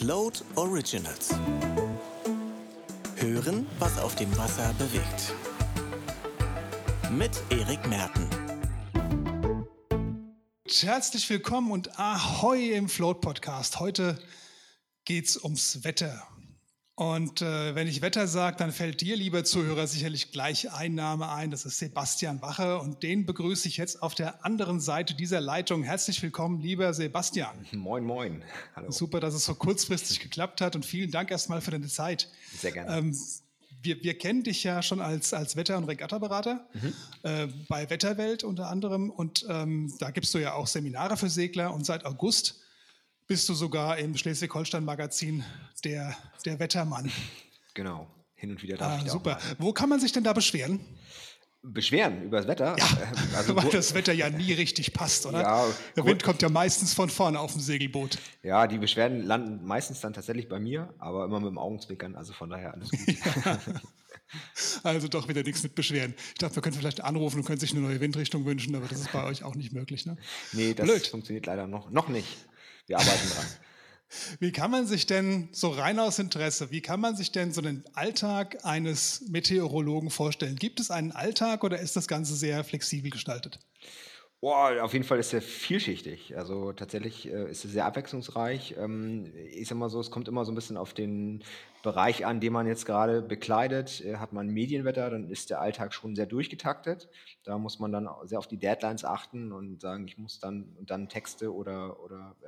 Float Originals. Hören, was auf dem Wasser bewegt. Mit Erik Merten. Herzlich willkommen und Ahoi im Float Podcast. Heute geht's ums Wetter. Und wenn ich Wetter sage, dann fällt dir, lieber Zuhörer, sicherlich gleich ein Name ein. Das ist Sebastian Wache und den begrüße ich jetzt auf der anderen Seite dieser Leitung. Herzlich willkommen, lieber Sebastian. Moin, moin. Hallo. Super, dass es so kurzfristig geklappt hat und vielen Dank erstmal für deine Zeit. Sehr gerne. Wir kennen dich ja schon als Wetter- und Regattaberater bei Wetterwelt unter anderem und da gibst du ja auch Seminare für Segler und seit August bist du sogar im Schleswig-Holstein-Magazin der Wettermann. Genau, hin und wieder darf ich da super. auch mal. Wo kann man sich denn da beschweren? Beschweren über das Wetter? Ja, also weil das Wetter ja nie richtig passt, oder? Ja, der Wind kommt ja meistens von vorne auf dem Segelboot. Ja, die Beschwerden landen meistens dann tatsächlich bei mir, aber immer mit dem Augenzwinkern, also von daher alles gut. Ja. Also doch wieder nichts mit Beschweren. Ich dachte, wir können vielleicht anrufen und können sich eine neue Windrichtung wünschen, aber das ist bei euch auch nicht möglich, ne? Nee, das funktioniert leider noch nicht. Wir arbeiten dran. Wie kann man sich denn, so rein aus Interesse, wie kann man sich denn so einen Alltag eines Meteorologen vorstellen? Gibt es einen Alltag oder ist das Ganze sehr flexibel gestaltet? Boah, auf jeden Fall ist er vielschichtig. Also tatsächlich ist er sehr abwechslungsreich. Ich sag mal so, es kommt immer so ein bisschen auf den Bereich an, den man jetzt gerade bekleidet. Hat man Medienwetter, dann ist der Alltag schon sehr durchgetaktet. Da muss man dann sehr auf die Deadlines achten und sagen, ich muss dann Texte oder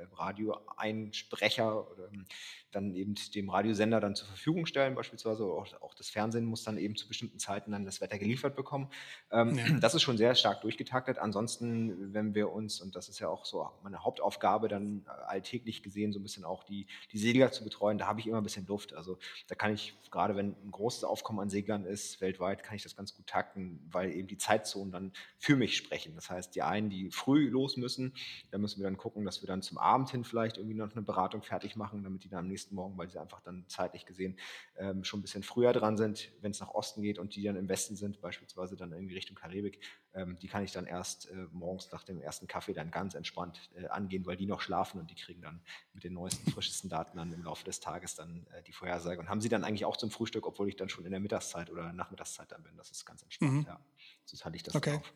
Radioeinsprecher oder dann eben dem Radiosender dann zur Verfügung stellen, beispielsweise. Auch das Fernsehen muss dann eben zu bestimmten Zeiten dann das Wetter geliefert bekommen. Das ist schon sehr stark durchgetaktet. Ansonsten, wenn wir uns, und das ist ja auch so meine Hauptaufgabe, dann alltäglich gesehen so ein bisschen auch die Segler zu betreuen, da habe ich immer ein bisschen Luft. Also da kann ich, gerade wenn ein großes Aufkommen an Seglern ist, weltweit, kann ich das ganz gut takten, weil eben die Zeitzonen dann für mich sprechen. Das heißt, die einen, die früh los müssen, da müssen wir dann gucken, dass wir dann zum Abend hin vielleicht irgendwie noch eine Beratung fertig machen, damit die dann am nächsten Morgen, weil sie einfach dann zeitlich gesehen schon ein bisschen früher dran sind, wenn es nach Osten geht und die dann im Westen sind, beispielsweise dann irgendwie Richtung Karibik, die kann ich dann erst morgens nach dem ersten Kaffee dann ganz entspannt angehen, weil die noch schlafen und die kriegen dann mit den neuesten, frischesten Daten dann im Laufe des Tages dann die Vorhersage und haben sie dann eigentlich auch zum Frühstück, obwohl ich dann schon in der Mittagszeit oder Nachmittagszeit dann bin. Das ist ganz entspannt, ja. So teile ich das dann auf.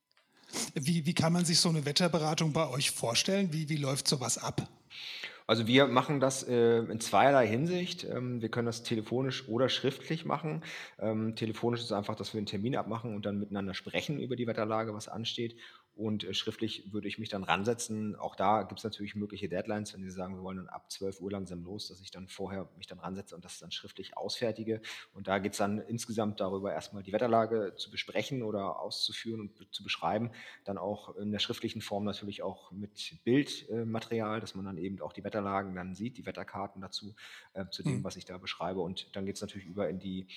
Wie kann man sich so eine Wetterberatung bei euch vorstellen? Wie läuft sowas ab? Also wir machen das in zweierlei Hinsicht. Wir können das telefonisch oder schriftlich machen. Telefonisch ist einfach, dass wir einen Termin abmachen und dann miteinander sprechen über die Wetterlage, was ansteht. Und schriftlich würde ich mich dann ransetzen. Auch da gibt es natürlich mögliche Deadlines, wenn Sie sagen, wir wollen dann ab 12 Uhr langsam los, dass ich dann vorher mich dann ransetze und das dann schriftlich ausfertige. Und da geht es dann insgesamt darüber, erstmal die Wetterlage zu besprechen oder auszuführen und zu beschreiben. Dann auch in der schriftlichen Form natürlich auch mit Bildmaterial, dass man dann eben auch die Wetterlagen dann sieht, die Wetterkarten dazu, zu dem, was ich da beschreibe. Und dann geht es natürlich über in die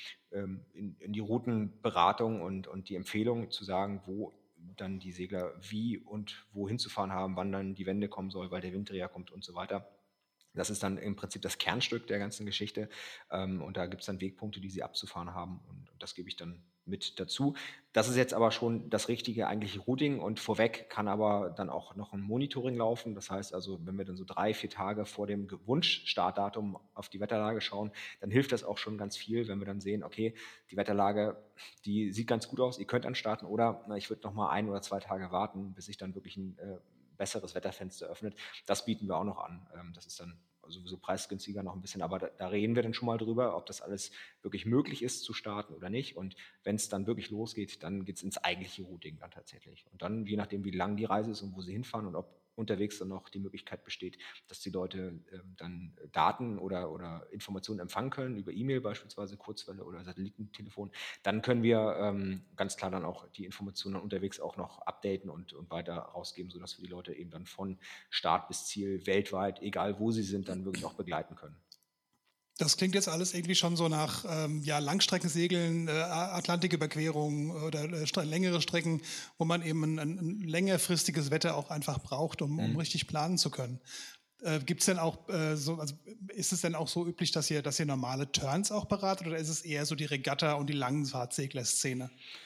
Routenberatung und die Empfehlung zu sagen, wo dann die Segler wie und wohin zu fahren haben, wann dann die Wende kommen soll, weil der Winddreher kommt und so weiter. Das ist dann im Prinzip das Kernstück der ganzen Geschichte. Und da gibt es dann Wegpunkte, die sie abzufahren haben. Und das gebe ich dann mit dazu. Das ist jetzt aber schon das richtige eigentliche Routing und vorweg kann aber dann auch noch ein Monitoring laufen. Das heißt also, wenn wir dann so 3-4 Tage vor dem Wunschstartdatum auf die Wetterlage schauen, dann hilft das auch schon ganz viel, wenn wir dann sehen, okay, die Wetterlage, die sieht ganz gut aus, ihr könnt anstarten oder ich würde noch mal 1 oder 2 Tage warten, bis sich dann wirklich ein besseres Wetterfenster öffnet. Das bieten wir auch noch an. Das ist dann sowieso preisgünstiger noch ein bisschen, aber da reden wir dann schon mal drüber, ob das alles wirklich möglich ist zu starten oder nicht. Und wenn es dann wirklich losgeht, dann geht es ins eigentliche Routing dann tatsächlich. Und dann, je nachdem, wie lang die Reise ist und wo sie hinfahren und ob unterwegs dann noch die Möglichkeit besteht, dass die Leute dann Daten oder Informationen empfangen können, über E-Mail beispielsweise, Kurzwelle oder Satellitentelefon, dann können wir ganz klar dann auch die Informationen dann unterwegs auch noch updaten und weiter rausgeben, sodass wir die Leute eben dann von Start bis Ziel weltweit, egal wo sie sind, dann wirklich auch begleiten können. Das klingt jetzt alles irgendwie schon so nach Langstreckensegeln, Atlantiküberquerungen oder längere Strecken, wo man eben ein längerfristiges Wetter auch einfach braucht, um richtig planen zu können. Gibt's denn auch ist es denn auch so üblich, dass ihr normale Turns auch beratet oder ist es eher so die Regatta- und die Langfahrtsegler-Szene?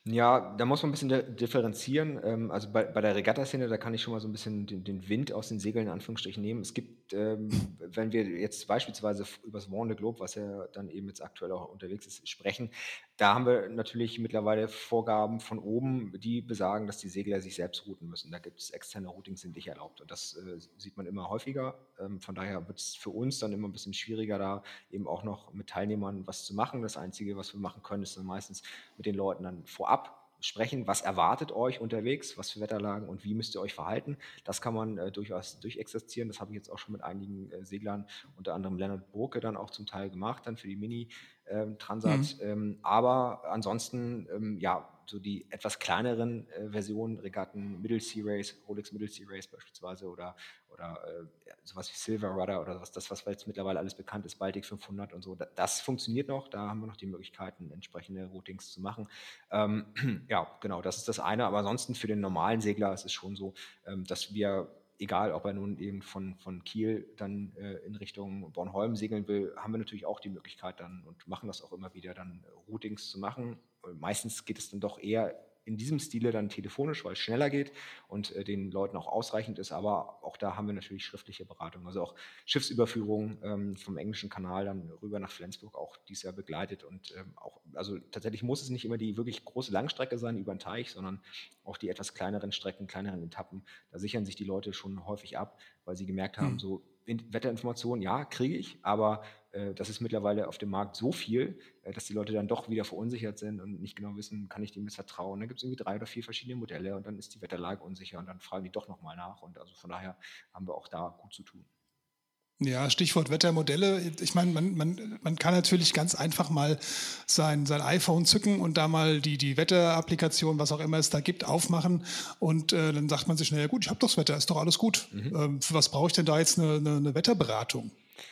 Ja, da muss man ein bisschen differenzieren. Also bei der Regatta-Szene, da kann ich schon mal so ein bisschen den Wind aus den Segeln in Anführungsstrichen nehmen. Es gibt, wenn wir jetzt beispielsweise über das Vendée Globe, was ja dann eben jetzt aktuell auch unterwegs ist, sprechen, da haben wir natürlich mittlerweile Vorgaben von oben, die besagen, dass die Segler sich selbst routen müssen. Da gibt es externe Routings, sind nicht erlaubt. Und das sieht man immer häufiger. Von daher wird es für uns dann immer ein bisschen schwieriger, da eben auch noch mit Teilnehmern was zu machen. Das Einzige, was wir machen können, ist dann meistens mit den Leuten dann vorab sprechen, was erwartet euch unterwegs, was für Wetterlagen und wie müsst ihr euch verhalten. Das kann man durchaus durchexerzieren. Das habe ich jetzt auch schon mit einigen Seglern, unter anderem Leonard Burke, dann auch zum Teil gemacht, dann für die Mini-Transat. Mhm. Aber ansonsten, ja, so die etwas kleineren Versionen, Regatten, Middle Sea Race, Rolex Middle Sea Race beispielsweise oder ja, sowas wie Silver Rudder oder sowas, das, was jetzt mittlerweile alles bekannt ist, Baltic 500 und so, das funktioniert noch. Da haben wir noch die Möglichkeiten, entsprechende Routings zu machen. Ähm, ja, genau, das ist das eine. Aber ansonsten für den normalen Segler ist es schon so, dass wir, egal ob er nun eben von Kiel dann in Richtung Bornholm segeln will, haben wir natürlich auch die Möglichkeit dann und machen das auch immer wieder, dann Routings zu machen. Meistens geht es dann doch eher in diesem Stile dann telefonisch, weil es schneller geht und den Leuten auch ausreichend ist. Aber auch da haben wir natürlich schriftliche Beratung. Also auch Schiffsüberführung vom englischen Kanal dann rüber nach Flensburg auch dieses Jahr begleitet. Und auch, also tatsächlich muss es nicht immer die wirklich große Langstrecke sein über den Teich, sondern auch die etwas kleineren Strecken, kleineren Etappen. Da sichern sich die Leute schon häufig ab, weil sie gemerkt haben, Mhm. so Wetterinformationen, ja, kriege ich, aber das ist mittlerweile auf dem Markt so viel, dass die Leute dann doch wieder verunsichert sind und nicht genau wissen, kann ich dem jetzt vertrauen. Da gibt es irgendwie 3 oder 4 verschiedene Modelle und dann ist die Wetterlage unsicher und dann fragen die doch nochmal nach. Und also von daher haben wir auch da gut zu tun. Ja, Stichwort Wettermodelle. Ich meine, man kann natürlich ganz einfach mal sein iPhone zücken und da mal die Wetterapplikation, was auch immer es da gibt, aufmachen. Und dann sagt man sich, naja gut, ich habe doch das Wetter, ist doch alles gut. Mhm. Für was brauche ich denn da jetzt eine Wetterberatung?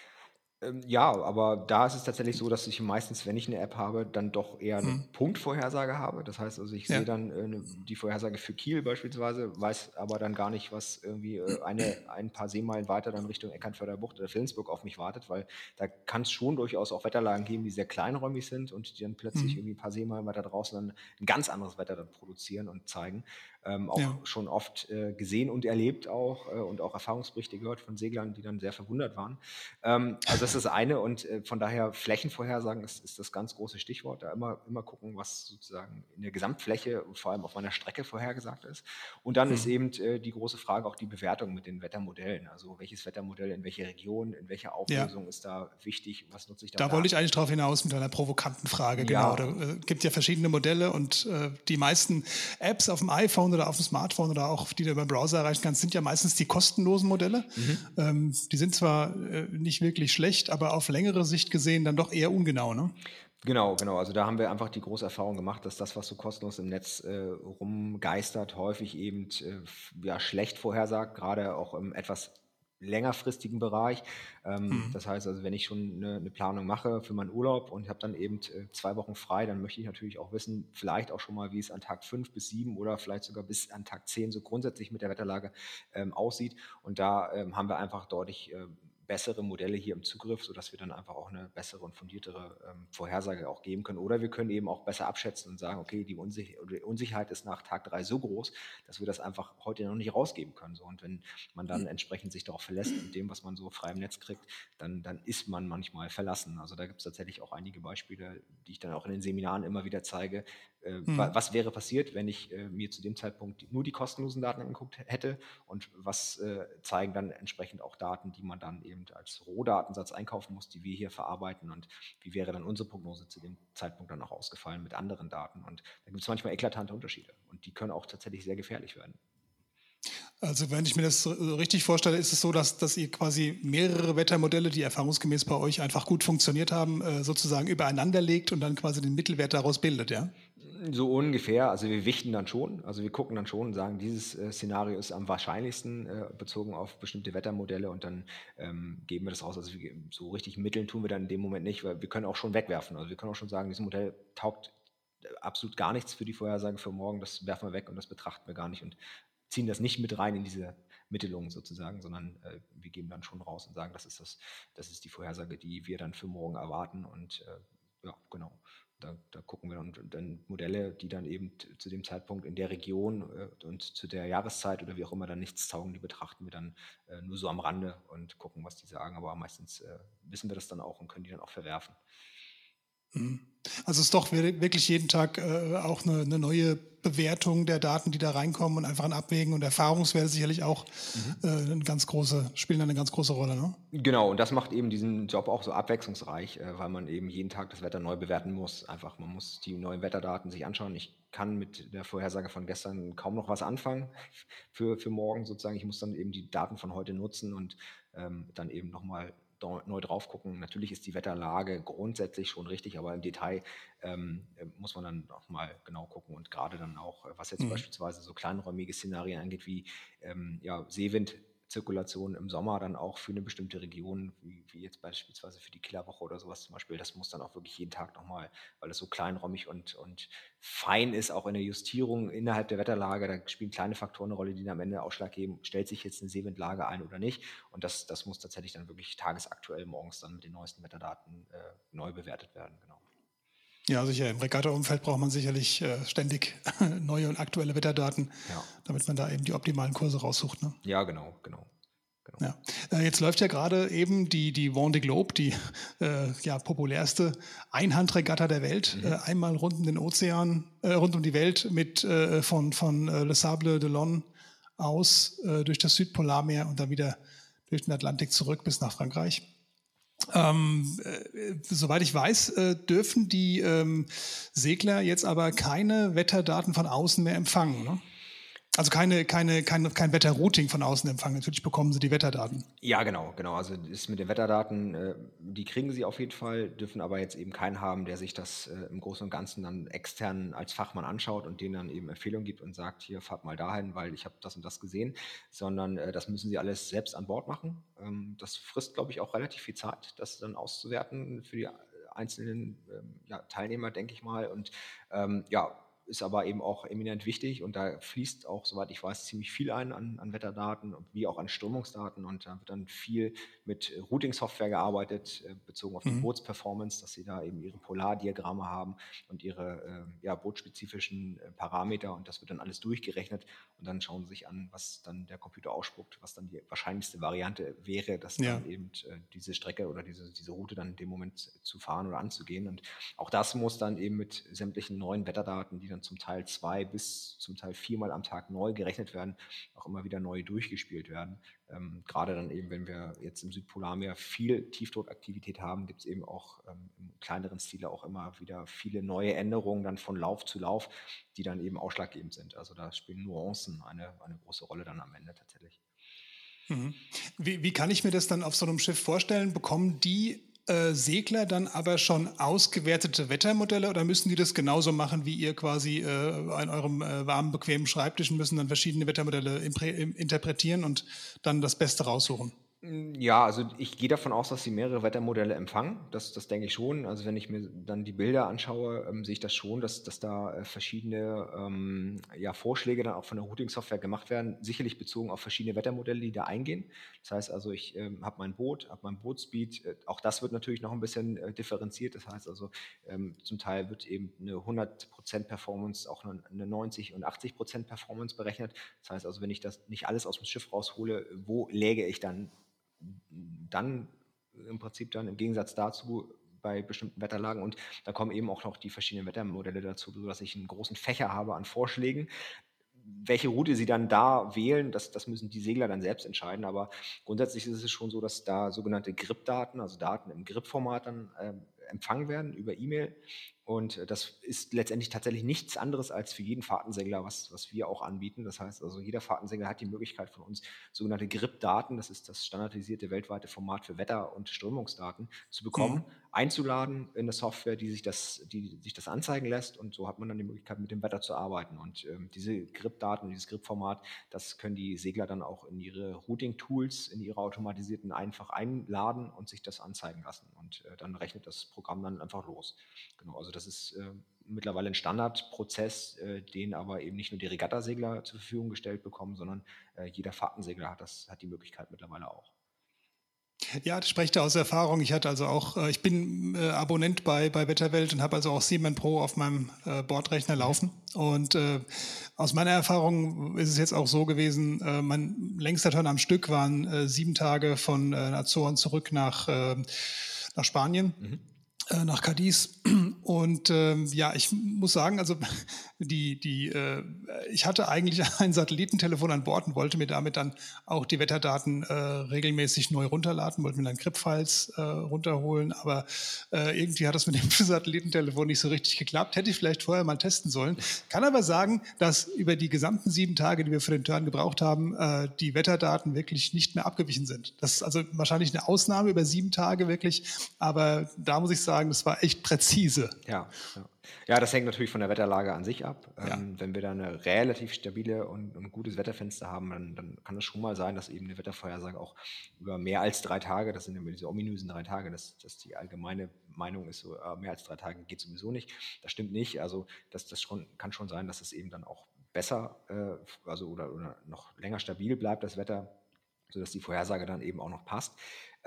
Ja, aber da ist es tatsächlich so, dass ich meistens, wenn ich eine App habe, dann doch eher eine Hm. Punktvorhersage habe. Das heißt also, ich sehe Ja. dann die Vorhersage für Kiel beispielsweise, weiß aber dann gar nicht, was irgendwie ein paar Seemeilen weiter dann Richtung Eckernförder Bucht oder Flensburg auf mich wartet, weil da kann es schon durchaus auch Wetterlagen geben, die sehr kleinräumig sind und die dann plötzlich Hm. irgendwie ein paar Seemeilen weiter draußen dann ein ganz anderes Wetter dann produzieren und zeigen. Ja. Auch schon oft gesehen und erlebt auch und auch Erfahrungsberichte gehört von Seglern, die dann sehr verwundert waren. Also das ist das eine und von daher Flächenvorhersagen ist das ganz große Stichwort. Da immer gucken, was sozusagen in der Gesamtfläche, vor allem auf meiner Strecke vorhergesagt ist. Und dann ist Hm. eben die große Frage auch die Bewertung mit den Wettermodellen. Also welches Wettermodell in welche Region, in welcher Ja. Auflösung ist da wichtig, was nutze ich da Da wollte da? ich eigentlich drauf hinaus mit einer provokanten Frage, genau. Da Ja, gibt ja verschiedene Modelle und die meisten Apps auf dem iPhone oder auf dem Smartphone oder auch die du über den Browser erreichen kannst, sind ja meistens die kostenlosen Modelle. mhm. Die sind zwar nicht wirklich schlecht, aber auf längere Sicht gesehen dann doch eher ungenau, ne? Genau, genau. Also da haben wir einfach die große Erfahrung gemacht, dass das, was so kostenlos im Netz rumgeistert, häufig eben ja, schlecht vorhersagt, gerade auch im etwas längerfristigen Bereich. Hm. Das heißt also, wenn ich schon eine Planung mache für meinen Urlaub und habe dann eben 2 Wochen frei, dann möchte ich natürlich auch wissen, vielleicht auch schon mal, wie es an Tag 5 bis 7 oder vielleicht sogar bis an Tag 10 so grundsätzlich mit der Wetterlage aussieht. Und da haben wir einfach deutlich bessere Modelle hier im Zugriff, sodass wir dann einfach auch eine bessere und fundiertere Vorhersage auch geben können. Oder wir können eben auch besser abschätzen und sagen, okay, die Unsicherheit ist nach Tag 3 so groß, dass wir das einfach heute noch nicht rausgeben können. So. Und wenn man dann entsprechend sich darauf verlässt, mit dem, was man so frei im Netz kriegt, dann ist man manchmal verlassen. Also da gibt es tatsächlich auch einige Beispiele, die ich dann auch in den Seminaren immer wieder zeige. Hm. Was wäre passiert, wenn ich mir zu dem Zeitpunkt nur die kostenlosen Daten angeguckt hätte und was zeigen dann entsprechend auch Daten, die man dann eben als Rohdatensatz einkaufen muss, die wir hier verarbeiten und wie wäre dann unsere Prognose zu dem Zeitpunkt dann auch ausgefallen mit anderen Daten. Und da gibt es manchmal eklatante Unterschiede und die können auch tatsächlich sehr gefährlich werden. Also wenn ich mir das so richtig vorstelle, ist es so, dass ihr quasi mehrere Wettermodelle, die erfahrungsgemäß bei euch einfach gut funktioniert haben, sozusagen übereinander legt und dann quasi den Mittelwert daraus bildet, ja? So ungefähr, also wir wichten dann schon, also wir gucken dann schon und sagen, dieses Szenario ist am wahrscheinlichsten bezogen auf bestimmte Wettermodelle und dann geben wir das raus. Also so richtig mitteln tun wir dann in dem Moment nicht, weil wir können auch schon wegwerfen. Also wir können auch schon sagen, dieses Modell taugt absolut gar nichts für die Vorhersage für morgen, das werfen wir weg und das betrachten wir gar nicht und ziehen das nicht mit rein in diese Mittelung sozusagen, sondern wir geben dann schon raus und sagen, das ist die Vorhersage, die wir dann für morgen erwarten und ja, genau. Da gucken wir dann Modelle, die dann eben zu dem Zeitpunkt in der Region und zu der Jahreszeit oder wie auch immer dann nichts taugen, die betrachten wir dann nur so am Rande und gucken, was die sagen. Aber meistens wissen wir das dann auch und können die dann auch verwerfen. Also es ist doch wirklich jeden Tag auch eine neue Bewertung der Daten, die da reinkommen und einfach ein Abwägen und Erfahrungswerte sicherlich auch spielen eine ganz große Rolle. Ne? Genau, und das macht eben diesen Job auch so abwechslungsreich, weil man eben jeden Tag das Wetter neu bewerten muss. Einfach, man muss die neuen Wetterdaten sich anschauen. Ich kann mit der Vorhersage von gestern kaum noch was anfangen für morgen sozusagen. Ich muss dann eben die Daten von heute nutzen und dann eben nochmal neu drauf gucken. Natürlich ist die Wetterlage grundsätzlich schon richtig, aber im Detail muss man dann nochmal genau gucken und gerade dann auch, was jetzt beispielsweise so kleinräumige Szenarien angeht, wie Seewindzirkulation im Sommer dann auch für eine bestimmte Region, wie jetzt beispielsweise für die Killerwoche oder sowas zum Beispiel, das muss dann auch wirklich jeden Tag nochmal, weil es so kleinräumig und fein ist, auch in der Justierung innerhalb der Wetterlage, da spielen kleine Faktoren eine Rolle, die dann am Ende Ausschlag geben, stellt sich jetzt eine Seewindlage ein oder nicht, und das muss tatsächlich dann wirklich tagesaktuell morgens dann mit den neuesten Wetterdaten neu bewertet werden, genau. Ja, sicher. Im Regatta-Umfeld braucht man sicherlich ständig neue und aktuelle Wetterdaten, damit man da eben die optimalen Kurse raussucht. Ne? Ja, genau. Ja. Jetzt läuft ja gerade eben die Vendée Globe, die populärste Einhandregatta der Welt, einmal rund um den Ozean, rund um die Welt von Le Sable d'Olonne aus durch das Südpolarmeer und dann wieder durch den Atlantik zurück bis nach Frankreich. Soweit ich weiß, dürfen die Segler jetzt aber keine Wetterdaten von außen mehr empfangen. Ne? Also kein Wetterrouting von außen empfangen. Natürlich bekommen sie die Wetterdaten. Ja, genau. Also das mit den Wetterdaten, die kriegen sie auf jeden Fall, dürfen aber jetzt eben keinen haben, der sich das im Großen und Ganzen dann extern als Fachmann anschaut und denen dann eben Empfehlungen gibt und sagt, hier fahrt mal dahin, weil ich habe das und das gesehen, sondern das müssen sie alles selbst an Bord machen. Das frisst, glaube ich, auch relativ viel Zeit, das dann auszuwerten für die einzelnen Teilnehmer, denke ich mal. Und ist aber eben auch eminent wichtig und da fließt auch, soweit ich weiß, ziemlich viel ein an Wetterdaten wie auch an Strömungsdaten und da wird dann viel mit Routing-Software gearbeitet, bezogen auf die Bootsperformance, dass sie da eben ihre Polardiagramme haben und ihre bootspezifischen Parameter und das wird dann alles durchgerechnet und dann schauen sie sich an, was dann der Computer ausspuckt, was dann die wahrscheinlichste Variante wäre, dass dann eben diese Strecke oder diese Route dann in dem Moment zu fahren oder anzugehen und auch das muss dann eben mit sämtlichen neuen Wetterdaten, die dann zum Teil 2 bis zum Teil 4-mal am Tag neu gerechnet werden, auch immer wieder neu durchgespielt werden. Gerade dann eben, wenn wir jetzt im Südpolarmeer viel Tiefdruckaktivität haben, gibt es eben auch im kleineren Stile auch immer wieder viele neue Änderungen dann von Lauf zu Lauf, die dann eben ausschlaggebend sind. Also da spielen Nuancen eine große Rolle dann am Ende tatsächlich. Wie kann ich mir das dann auf so einem Schiff vorstellen? Bekommen die Segler dann aber schon ausgewertete Wettermodelle oder müssen die das genauso machen wie ihr quasi an eurem warmen, bequemen Schreibtisch und müssen dann verschiedene Wettermodelle interpretieren und dann das Beste raussuchen? Ja, also ich gehe davon aus, dass sie mehrere Wettermodelle empfangen. Das denke ich schon. Also wenn ich mir dann die Bilder anschaue, sehe ich das schon, dass da verschiedene Vorschläge dann auch von der Routing-Software gemacht werden, sicherlich bezogen auf verschiedene Wettermodelle, die da eingehen. Das heißt also, ich habe mein Boot, habe mein Bootspeed. Auch das wird natürlich noch ein bisschen differenziert. Das heißt also, zum Teil wird eben eine 100% Performance, auch eine 90 und 80% Performance berechnet. Das heißt also, wenn ich das nicht alles aus dem Schiff raushole, wo läge ich dann im Prinzip dann im Gegensatz dazu bei bestimmten Wetterlagen und da kommen eben auch noch die verschiedenen Wettermodelle dazu, sodass ich einen großen Fächer habe an Vorschlägen. Welche Route sie dann da wählen, das müssen die Segler dann selbst entscheiden, aber grundsätzlich ist es schon so, dass da sogenannte GRIP-Daten, also Daten im GRIP-Format dann empfangen werden über E-Mail und das ist letztendlich tatsächlich nichts anderes als für jeden Fahrtensegler, was wir auch anbieten. Das heißt also, jeder Fahrtensegler hat die Möglichkeit von uns, sogenannte GRIP-Daten, das ist das standardisierte weltweite Format für Wetter- und Strömungsdaten, zu bekommen, einzuladen in eine Software, die sich das anzeigen lässt und so hat man dann die Möglichkeit, mit dem Wetter zu arbeiten. Und diese GRIP-Daten, dieses GRIP-Format, das können die Segler dann auch in ihre Routing-Tools, in ihre automatisierten einfach einladen und sich das anzeigen lassen. Und dann rechnet das Programm dann einfach los. Genau, also das ist mittlerweile ein Standardprozess, den aber eben nicht nur die Regattasegler zur Verfügung gestellt bekommen, sondern jeder Fahrtensegler hat die Möglichkeit mittlerweile auch. Ja, das spreche da aus Erfahrung. Ich hatte also auch, ich bin Abonnent bei Wetterwelt und habe also auch Siemens Pro auf meinem Bordrechner laufen. Und aus meiner Erfahrung ist es jetzt auch so gewesen, mein längster Turn am Stück waren 7 Tage von Azoren zurück nach Spanien. Nach Cadiz. Und ja, ich muss sagen, also ich hatte eigentlich ein Satellitentelefon an Bord und wollte mir damit dann auch die Wetterdaten regelmäßig neu runterladen, wollte mir dann GRIP-Files runterholen, aber irgendwie hat das mit dem Satellitentelefon nicht so richtig geklappt. Hätte ich vielleicht vorher mal testen sollen. Kann aber sagen, dass über die gesamten 7 Tage, die wir für den Turn gebraucht haben, die Wetterdaten wirklich nicht mehr abgewichen sind. Das ist also wahrscheinlich eine Ausnahme über 7 Tage wirklich, aber da muss ich sagen, das war echt präzise. Ja, ja. Ja, das hängt natürlich von der Wetterlage an sich ab. Ja. Wenn wir da eine relativ stabile und gutes Wetterfenster haben, dann kann es schon mal sein, dass eben eine Wettervorhersage auch über mehr als 3 Tage, das sind immer diese ominösen 3 Tage, dass die allgemeine Meinung ist, so mehr als 3 Tage geht sowieso nicht. Das stimmt nicht. Also kann schon sein, dass es eben dann auch besser oder noch länger stabil bleibt, das Wetter, sodass die Vorhersage dann eben auch noch passt.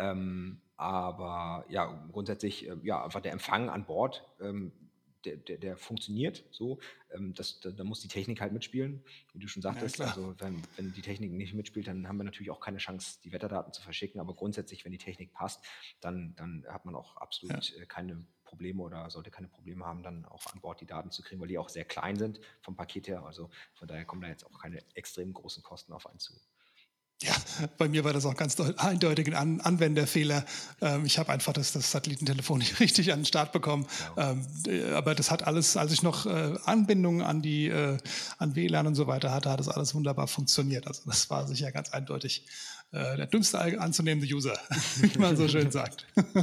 Aber ja, grundsätzlich, ja, einfach der Empfang an Bord, der funktioniert so. Da muss die Technik halt mitspielen, wie du schon sagtest. klar. Also wenn die Technik nicht mitspielt, dann haben wir natürlich auch keine Chance, die Wetterdaten zu verschicken. Aber grundsätzlich, wenn die Technik passt, dann hat man auch absolut keine Probleme oder sollte keine Probleme haben, dann auch an Bord die Daten zu kriegen, weil die auch sehr klein sind vom Paket her. Also von daher kommen da jetzt auch keine extrem großen Kosten auf einen zu. Ja, bei mir war das auch ganz eindeutig ein Anwenderfehler. Ich habe einfach das Satellitentelefon nicht richtig an den Start bekommen. Aber das hat alles, als ich noch Anbindungen an WLAN und so weiter hatte, hat das alles wunderbar funktioniert. Also das war sicher ganz eindeutig der dümmste anzunehmende User, wie man so schön sagt.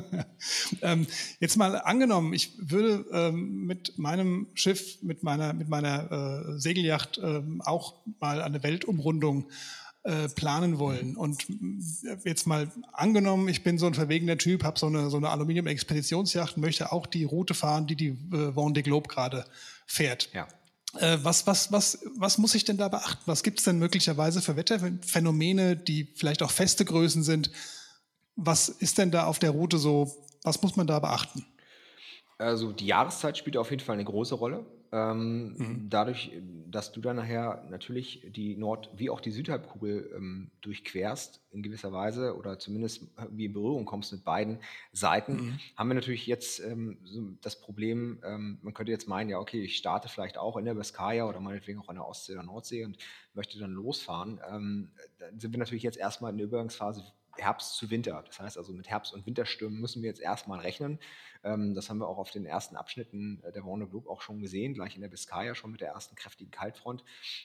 Jetzt mal angenommen, ich würde mit meinem Schiff, mit meiner Segelyacht auch mal eine Weltumrundung planen wollen. Und jetzt mal angenommen, ich bin so ein verwegener Typ, habe so eine Aluminium-Expeditionsjacht, möchte auch die Route fahren, die Vendée Globe gerade fährt. Ja. Was muss ich denn da beachten? Was gibt es denn möglicherweise für Wetterphänomene, die vielleicht auch feste Größen sind? Was ist denn da auf der Route so? Was muss man da beachten? Also die Jahreszeit spielt auf jeden Fall eine große Rolle. Dadurch, dass du dann nachher natürlich die Nord- wie auch die Südhalbkugel durchquerst in gewisser Weise oder zumindest wie in Berührung kommst mit beiden Seiten, haben wir natürlich jetzt so das Problem, man könnte jetzt meinen, ja okay, ich starte vielleicht auch in der Biskaya oder meinetwegen auch an der Ostsee oder Nordsee und möchte dann losfahren. Dann sind wir natürlich jetzt erstmal in der Übergangsphase Herbst zu Winter. Das heißt also mit Herbst- und Winterstürmen müssen wir jetzt erstmal rechnen. Das haben wir auch auf den ersten Abschnitten der Vendée Globe auch schon gesehen, gleich in der Biskaya schon mit der ersten kräftigen Kaltfront.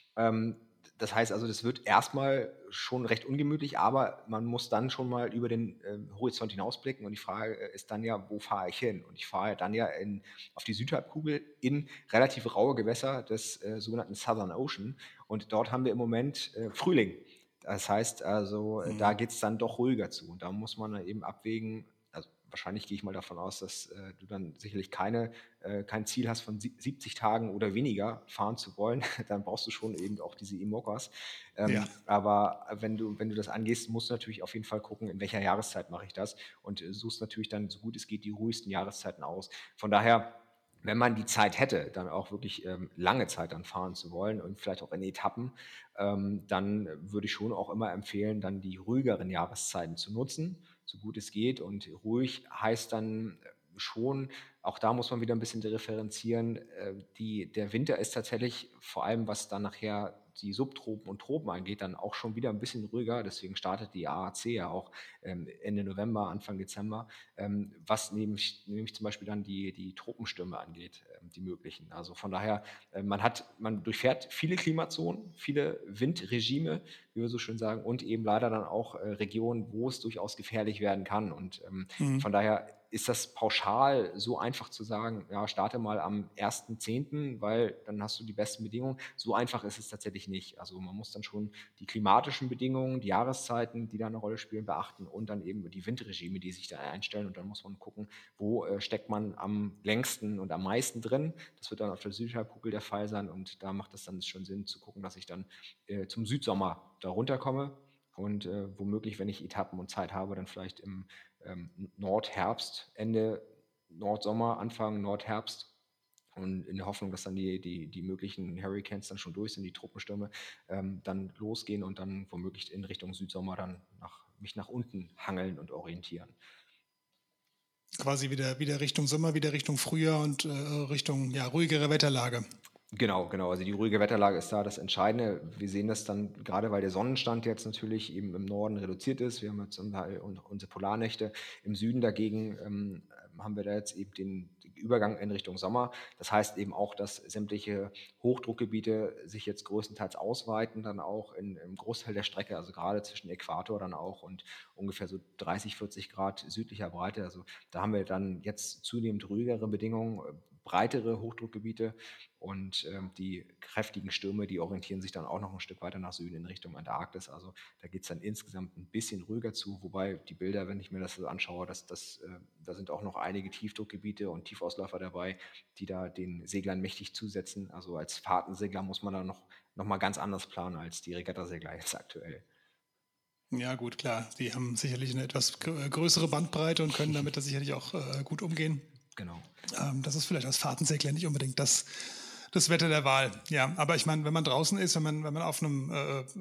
Das heißt also, das wird erstmal schon recht ungemütlich, aber man muss dann schon mal über den Horizont hinausblicken und die Frage ist dann ja, wo fahre ich hin? Und ich fahre dann ja auf die Südhalbkugel in relativ raue Gewässer des sogenannten Southern Ocean und dort haben wir im Moment Frühling. Das heißt also, da geht es dann doch ruhiger zu. Und da muss man dann eben abwägen, also wahrscheinlich gehe ich mal davon aus, dass du dann sicherlich kein Ziel hast von 70 Tagen oder weniger fahren zu wollen. Dann brauchst du schon eben auch diese IMOCAs. Ja. Aber wenn du das angehst, musst du natürlich auf jeden Fall gucken, in welcher Jahreszeit mache ich das und suchst natürlich dann, so gut es geht, die ruhigsten Jahreszeiten aus. Von daher, wenn man die Zeit hätte, dann auch wirklich lange Zeit dann fahren zu wollen und vielleicht auch in Etappen, dann würde ich schon auch immer empfehlen, dann die ruhigeren Jahreszeiten zu nutzen, so gut es geht. Und ruhig heißt dann schon, auch da muss man wieder ein bisschen differenzieren, der Winter ist tatsächlich, vor allem was dann nachher die Subtropen und Tropen angeht, dann auch schon wieder ein bisschen ruhiger. Deswegen startet die AAC ja auch Ende November, Anfang Dezember, was nämlich zum Beispiel dann die Tropenstürme angeht, die möglichen. Also von daher, man durchfährt viele Klimazonen, viele Windregime, wie wir so schön sagen, und eben leider dann auch Regionen, wo es durchaus gefährlich werden kann. Und von daher ist das pauschal so einfach zu sagen, ja, starte mal am 1.10., weil dann hast du die besten Bedingungen. So einfach ist es tatsächlich nicht. Also man muss dann schon die klimatischen Bedingungen, die Jahreszeiten, die da eine Rolle spielen, beachten und dann eben die Windregime, die sich da einstellen. Und dann muss man gucken, wo steckt man am längsten und am meisten drin. Das wird dann auf der Südhalbkugel der Fall sein und da macht es dann schon Sinn zu gucken, dass ich dann zum Südsommer da runterkomme. und womöglich, wenn ich Etappen und Zeit habe, dann vielleicht im Nordherbst, Ende Nordsommer, Anfang Nordherbst, und in der Hoffnung, dass dann die möglichen Hurricanes dann schon durch sind, die Tropenstürme, dann losgehen und dann womöglich in Richtung Südsommer dann mich nach unten hangeln und orientieren. Quasi wieder Richtung Sommer, wieder Richtung Frühjahr und Richtung ruhigere Wetterlage. Genau. Also die ruhige Wetterlage ist da das Entscheidende. Wir sehen das dann gerade, weil der Sonnenstand jetzt natürlich eben im Norden reduziert ist. Wir haben jetzt unsere Polarnächte. Im Süden dagegen haben wir da jetzt eben den Übergang in Richtung Sommer. Das heißt eben auch, dass sämtliche Hochdruckgebiete sich jetzt größtenteils ausweiten, dann auch im Großteil der Strecke, also gerade zwischen Äquator dann auch und ungefähr so 30, 40 Grad südlicher Breite. Also da haben wir dann jetzt zunehmend ruhigere Bedingungen, breitere Hochdruckgebiete, und die kräftigen Stürme, die orientieren sich dann auch noch ein Stück weiter nach Süden in Richtung Antarktis. Also da geht es dann insgesamt ein bisschen ruhiger zu, wobei die Bilder, wenn ich mir das so anschaue, da sind auch noch einige Tiefdruckgebiete und Tiefausläufer dabei, die da den Seglern mächtig zusetzen. Also als Fahrtensegler muss man da noch mal ganz anders planen als die Regattasegler jetzt aktuell. Ja, gut, klar. Die haben sicherlich eine etwas größere Bandbreite und können damit da sicherlich auch gut umgehen. Genau. Das ist vielleicht als Fahrtensegler nicht unbedingt das Wetter der Wahl. Ja, aber ich meine, wenn man draußen ist, wenn man auf einem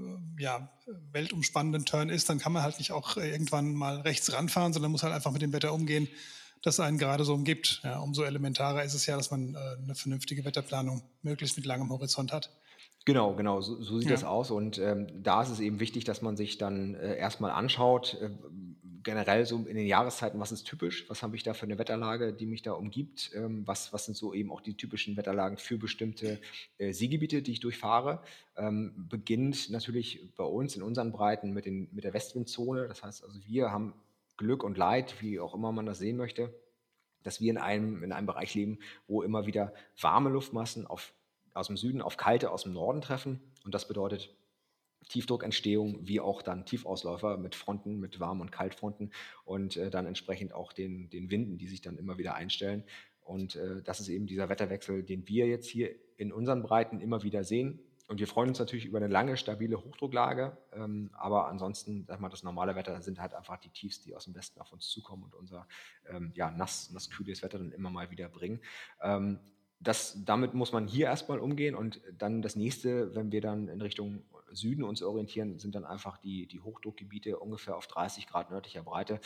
weltumspannenden Turn ist, dann kann man halt nicht auch irgendwann mal rechts ranfahren, sondern muss halt einfach mit dem Wetter umgehen, das einen gerade so umgibt. Ja, umso elementarer ist es ja, dass man eine vernünftige Wetterplanung möglichst mit langem Horizont hat. Genau, so sieht das Ja. aus, und da ist es eben wichtig, dass man sich dann erstmal anschaut, generell so in den Jahreszeiten, was ist typisch, was habe ich da für eine Wetterlage, die mich da umgibt, was sind so eben auch die typischen Wetterlagen für bestimmte Seegebiete, die ich durchfahre. Beginnt natürlich bei uns in unseren Breiten mit der Westwindzone. Das heißt also, wir haben Glück und Leid, wie auch immer man das sehen möchte, dass wir in einem Bereich leben, wo immer wieder warme Luftmassen aus dem Süden auf kalte aus dem Norden treffen. Und das bedeutet Tiefdruckentstehung wie auch dann Tiefausläufer mit Fronten, mit Warm- und Kaltfronten, und dann entsprechend auch den Winden, die sich dann immer wieder einstellen. Und das ist eben dieser Wetterwechsel, den wir jetzt hier in unseren Breiten immer wieder sehen. Und wir freuen uns natürlich über eine lange, stabile Hochdrucklage. Aber ansonsten, sag mal, das normale Wetter sind halt einfach die Tiefs, die aus dem Westen auf uns zukommen und unser kühles Wetter dann immer mal wieder bringen. Damit muss man hier erstmal umgehen, und dann das nächste, wenn wir dann in Richtung Süden uns orientieren, sind dann einfach die Hochdruckgebiete ungefähr auf 30 Grad nördlicher Breite.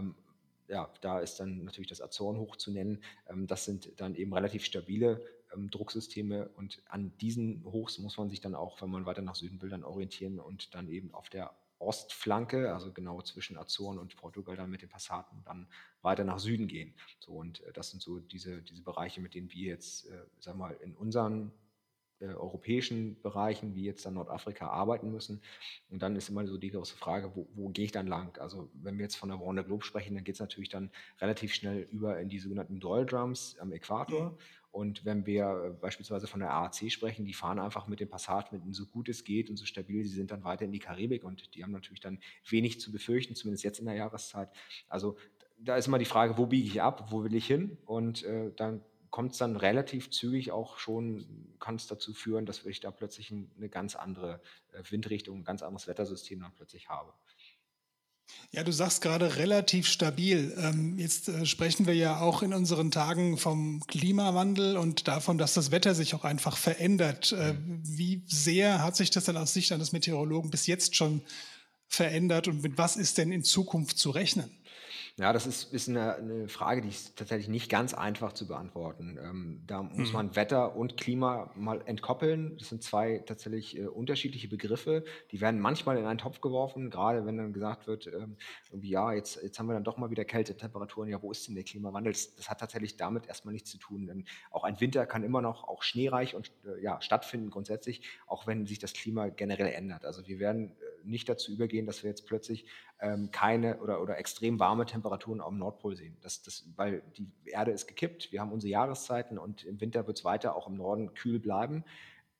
Da ist dann natürlich das Azorenhoch zu nennen. Das sind dann eben relativ stabile Drucksysteme, und an diesen Hochs muss man sich dann auch, wenn man weiter nach Süden will, dann orientieren und dann eben auf der Ostflanke, also genau zwischen Azoren und Portugal, dann mit den Passaten dann weiter nach Süden gehen. So, und das sind so diese Bereiche, mit denen wir jetzt, in unseren europäischen Bereichen, wie jetzt dann Nordafrika, arbeiten müssen. Und dann ist immer so die große Frage, wo gehe ich dann lang? Also wenn wir jetzt von der Warner Globe sprechen, dann geht es natürlich dann relativ schnell über in die sogenannten Doldrums am Äquator. Und wenn wir beispielsweise von der AAC sprechen, die fahren einfach mit den Passaten so gut es geht und so stabil sie sind, dann weiter in die Karibik, und die haben natürlich dann wenig zu befürchten, zumindest jetzt in der Jahreszeit. Also da ist immer die Frage, wo biege ich ab, wo will ich hin? Und dann kommt es dann relativ zügig auch schon, kann es dazu führen, dass ich da plötzlich eine ganz andere Windrichtung, ein ganz anderes Wettersystem dann plötzlich habe. Ja, du sagst gerade relativ stabil. Jetzt sprechen wir ja auch in unseren Tagen vom Klimawandel und davon, dass das Wetter sich auch einfach verändert. Wie sehr hat sich das dann aus Sicht eines Meteorologen bis jetzt schon verändert und mit was ist denn in Zukunft zu rechnen? Ja, das ist eine Frage, die ist tatsächlich nicht ganz einfach zu beantworten. Da muss man Wetter und Klima mal entkoppeln. Das sind zwei tatsächlich unterschiedliche Begriffe. Die werden manchmal in einen Topf geworfen, gerade wenn dann gesagt wird, irgendwie, ja, jetzt haben wir dann doch mal wieder Kältetemperaturen. Ja, wo ist denn der Klimawandel? Das hat tatsächlich damit erstmal nichts zu tun. Denn auch ein Winter kann immer noch auch schneereich und stattfinden grundsätzlich, auch wenn sich das Klima generell ändert. Also wir werden nicht dazu übergehen, dass wir jetzt plötzlich keine oder extrem warme Temperaturen am Nordpol sehen. Weil die Erde ist gekippt, wir haben unsere Jahreszeiten, und im Winter wird es weiter auch im Norden kühl bleiben.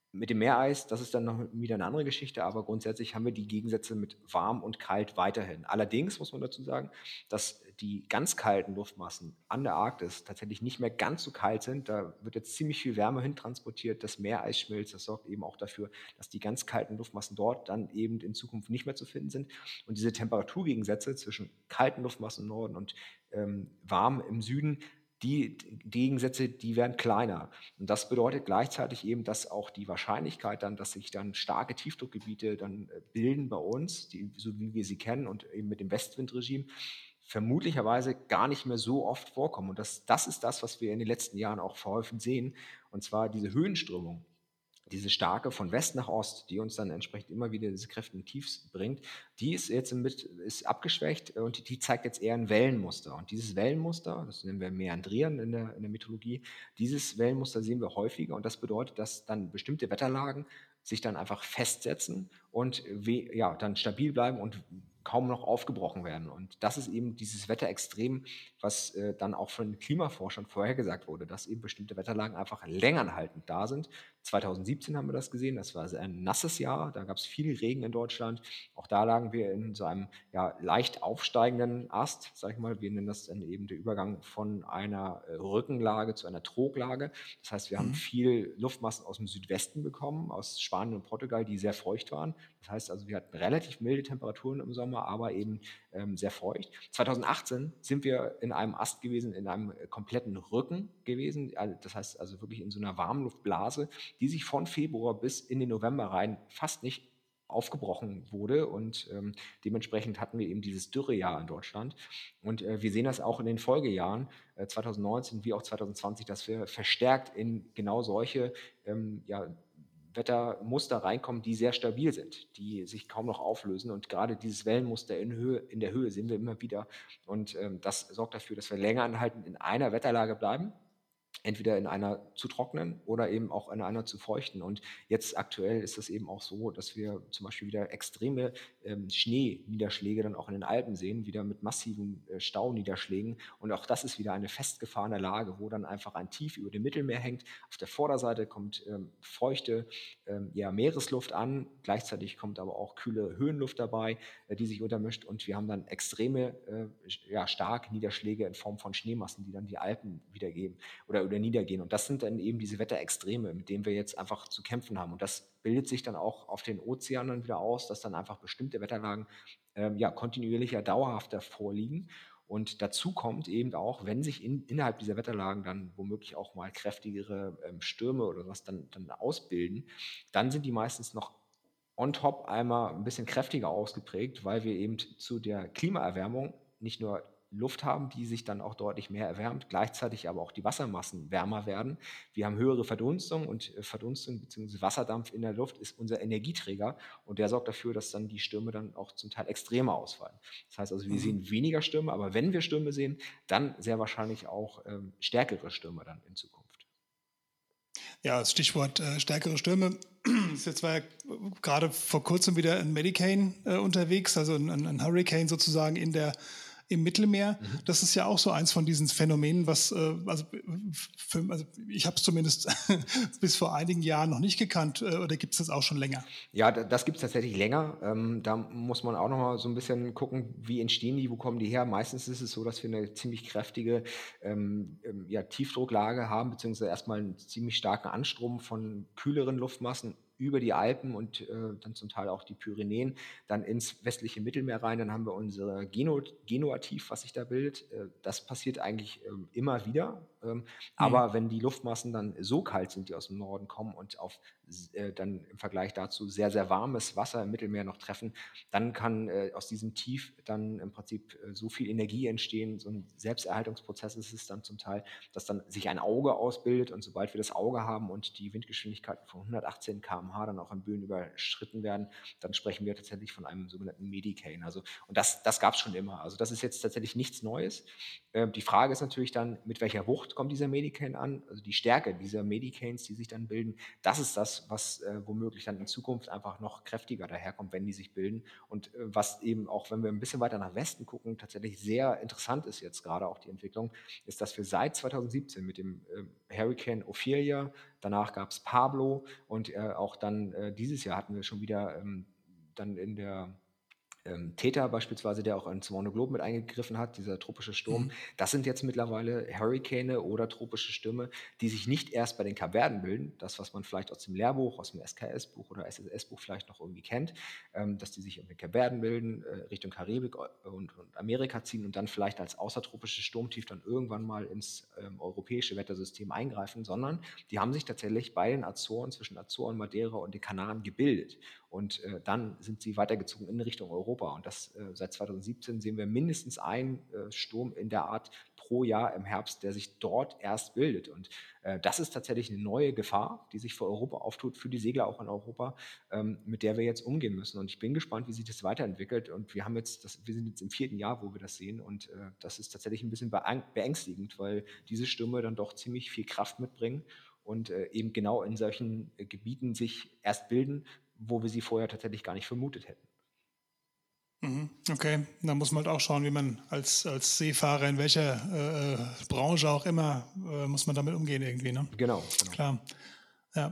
Mit dem Meereis, das ist dann noch wieder eine andere Geschichte, aber grundsätzlich haben wir die Gegensätze mit warm und kalt weiterhin. Allerdings muss man dazu sagen, dass die ganz kalten Luftmassen an der Arktis tatsächlich nicht mehr ganz so kalt sind. Da wird jetzt ziemlich viel Wärme hintransportiert, das Meereis schmilzt. Das sorgt eben auch dafür, dass die ganz kalten Luftmassen dort dann eben in Zukunft nicht mehr zu finden sind. Und diese Temperaturgegensätze zwischen kalten Luftmassen im Norden und warm im Süden, die Gegensätze, die werden kleiner. Und das bedeutet gleichzeitig eben, dass auch die Wahrscheinlichkeit dann, dass sich dann starke Tiefdruckgebiete dann bilden bei uns, so wie wir sie kennen und eben mit dem Westwindregime, vermutlicherweise gar nicht mehr so oft vorkommen. Und das ist das, was wir in den letzten Jahren auch verhäuft sehen, und zwar diese Höhenströmung, diese starke von West nach Ost, die uns dann entsprechend immer wieder diese kräftigen Tiefs bringt, die ist jetzt ist abgeschwächt und die zeigt jetzt eher ein Wellenmuster. Und dieses Wellenmuster, das nennen wir Mäandrieren in der Mythologie, dieses Wellenmuster sehen wir häufiger, und das bedeutet, dass dann bestimmte Wetterlagen sich dann einfach festsetzen und ja, dann stabil bleiben und kaum noch aufgebrochen werden. Und das ist eben dieses Wetterextrem, was dann auch von den Klimaforschern vorhergesagt wurde, dass eben bestimmte Wetterlagen einfach längernhaltend da sind. 2017 haben wir das gesehen, das war ein nasses Jahr, da gab es viel Regen in Deutschland. Auch da lagen wir in so einem ja, leicht aufsteigenden Ast, sag ich mal. Wir nennen das dann eben der Übergang von einer Rückenlage zu einer Troglage. Das heißt, wir haben viel Luftmassen aus dem Südwesten bekommen, aus Spanien und Portugal, die sehr feucht waren. Das heißt also, wir hatten relativ milde Temperaturen im Sommer, aber eben sehr feucht. 2018 sind wir in einem Ast gewesen, in einem kompletten Rücken gewesen. Das heißt also wirklich in so einer Warmluftblase, die sich von Februar bis in den November rein fast nicht aufgebrochen wurde, und dementsprechend hatten wir eben dieses Dürrejahr in Deutschland, und wir sehen das auch in den Folgejahren 2019 wie auch 2020, dass wir verstärkt in genau solche ja, Wettermuster reinkommen, die sehr stabil sind, die sich kaum noch auflösen, und gerade dieses Wellenmuster in der Höhe sehen wir immer wieder, und das sorgt dafür, dass wir länger anhaltend in einer Wetterlage bleiben, entweder in einer zu trockenen oder eben auch in einer zu feuchten. Und jetzt aktuell ist es eben auch so, dass wir zum Beispiel wieder extreme Schneeniederschläge dann auch in den Alpen sehen, wieder mit massiven Stauniederschlägen. Und auch das ist wieder eine festgefahrene Lage, wo dann einfach ein Tief über dem Mittelmeer hängt. Auf der Vorderseite kommt feuchte ja, Meeresluft an, gleichzeitig kommt aber auch kühle Höhenluft dabei, die sich untermischt, und wir haben dann extreme, ja, starke Niederschläge in Form von Schneemassen, die dann die Alpen wiedergeben oder niedergehen. Und das sind dann eben diese Wetterextreme, mit denen wir jetzt einfach zu kämpfen haben. Und das bildet sich dann auch auf den Ozeanen wieder aus, dass dann einfach bestimmte Wetterlagen ja, kontinuierlicher, dauerhafter vorliegen. Und dazu kommt eben auch, wenn sich innerhalb dieser Wetterlagen dann womöglich auch mal kräftigere Stürme oder was dann ausbilden, dann sind die meistens noch on top einmal ein bisschen kräftiger ausgeprägt, weil wir eben zu der Klimaerwärmung nicht nur Luft haben, die sich dann auch deutlich mehr erwärmt, gleichzeitig aber auch die Wassermassen wärmer werden. Wir haben höhere Verdunstung, und Verdunstung bzw. Wasserdampf in der Luft ist unser Energieträger, und der sorgt dafür, dass dann die Stürme dann auch zum Teil extremer ausfallen. Das heißt also, wir sehen weniger Stürme, aber wenn wir Stürme sehen, dann sehr wahrscheinlich auch stärkere Stürme dann in Zukunft. Ja, das Stichwort stärkere Stürme. Jetzt war ja gerade vor kurzem wieder ein Medicane unterwegs, also ein Hurricane sozusagen im Mittelmeer. Das ist ja auch so eins von diesen Phänomenen, was, also ich habe es zumindest bis vor einigen Jahren noch nicht gekannt, oder gibt es das auch schon länger? Ja, das gibt es tatsächlich länger. Da muss man auch noch mal so ein bisschen gucken, wie entstehen die, wo kommen die her? Meistens ist es so, dass wir eine ziemlich kräftige ja, Tiefdrucklage haben, beziehungsweise erstmal einen ziemlich starken Anstrom von kühleren Luftmassen über die Alpen und dann zum Teil auch die Pyrenäen, dann ins westliche Mittelmeer rein. Dann haben wir unser Genua-Tief, was sich da bildet. Das passiert eigentlich immer wieder. Aber wenn die Luftmassen dann so kalt sind, die aus dem Norden kommen und auf dann im Vergleich dazu sehr, sehr warmes Wasser im Mittelmeer noch treffen, dann kann aus diesem Tief dann im Prinzip so viel Energie entstehen. So ein Selbsterhaltungsprozess ist es dann zum Teil, dass dann sich ein Auge ausbildet, und sobald wir das Auge haben und die Windgeschwindigkeiten von 118 km/h dann auch in Böen überschritten werden, dann sprechen wir tatsächlich von einem sogenannten Medicane. Also, und das gab es schon immer. Also das ist jetzt tatsächlich nichts Neues. Die Frage ist natürlich dann, mit welcher Wucht kommt dieser Medicane an? Also die Stärke dieser Medicanes, die sich dann bilden, das ist das, was womöglich dann in Zukunft einfach noch kräftiger daherkommt, wenn die sich bilden. Und was eben auch, wenn wir ein bisschen weiter nach Westen gucken, tatsächlich sehr interessant ist jetzt gerade auch die Entwicklung, ist, dass wir seit 2017 mit dem Hurricane Ophelia Danach gab es Pablo und auch dann dieses Jahr hatten wir schon wieder dann in der Theta beispielsweise, der auch ins Warner Globe mit eingegriffen hat, dieser tropische Sturm. Mhm. Das sind jetzt mittlerweile Hurrikane oder tropische Stürme, die sich nicht erst bei den Kapverden bilden, das, was man vielleicht aus dem Lehrbuch, aus dem SKS-Buch oder SSS-Buch vielleicht noch irgendwie kennt, dass die sich in den Kapverden bilden, Richtung Karibik und Amerika ziehen und dann vielleicht als außertropisches Sturmtief dann irgendwann mal ins europäische Wettersystem eingreifen, sondern die haben sich tatsächlich bei den Azoren, zwischen Azoren, Madeira und den Kanaren gebildet. Und dann sind sie weitergezogen in Richtung Europa. Und das seit 2017 sehen wir mindestens einen Sturm in der Art pro Jahr im Herbst, der sich dort erst bildet. Und das ist tatsächlich eine neue Gefahr, die sich für Europa auftut, für die Segler auch in Europa, mit der wir jetzt umgehen müssen. Und ich bin gespannt, wie sich das weiterentwickelt. Und wir sind jetzt im 4. Jahr, wo wir das sehen. Und das ist tatsächlich ein bisschen beängstigend, weil diese Stürme dann doch ziemlich viel Kraft mitbringen und eben genau in solchen Gebieten sich erst bilden, wo wir sie vorher tatsächlich gar nicht vermutet hätten. Mhm. Okay, da muss man halt auch schauen, wie man als Seefahrer in welcher Branche auch immer, muss man damit umgehen irgendwie, ne? Genau. Klar. Ja,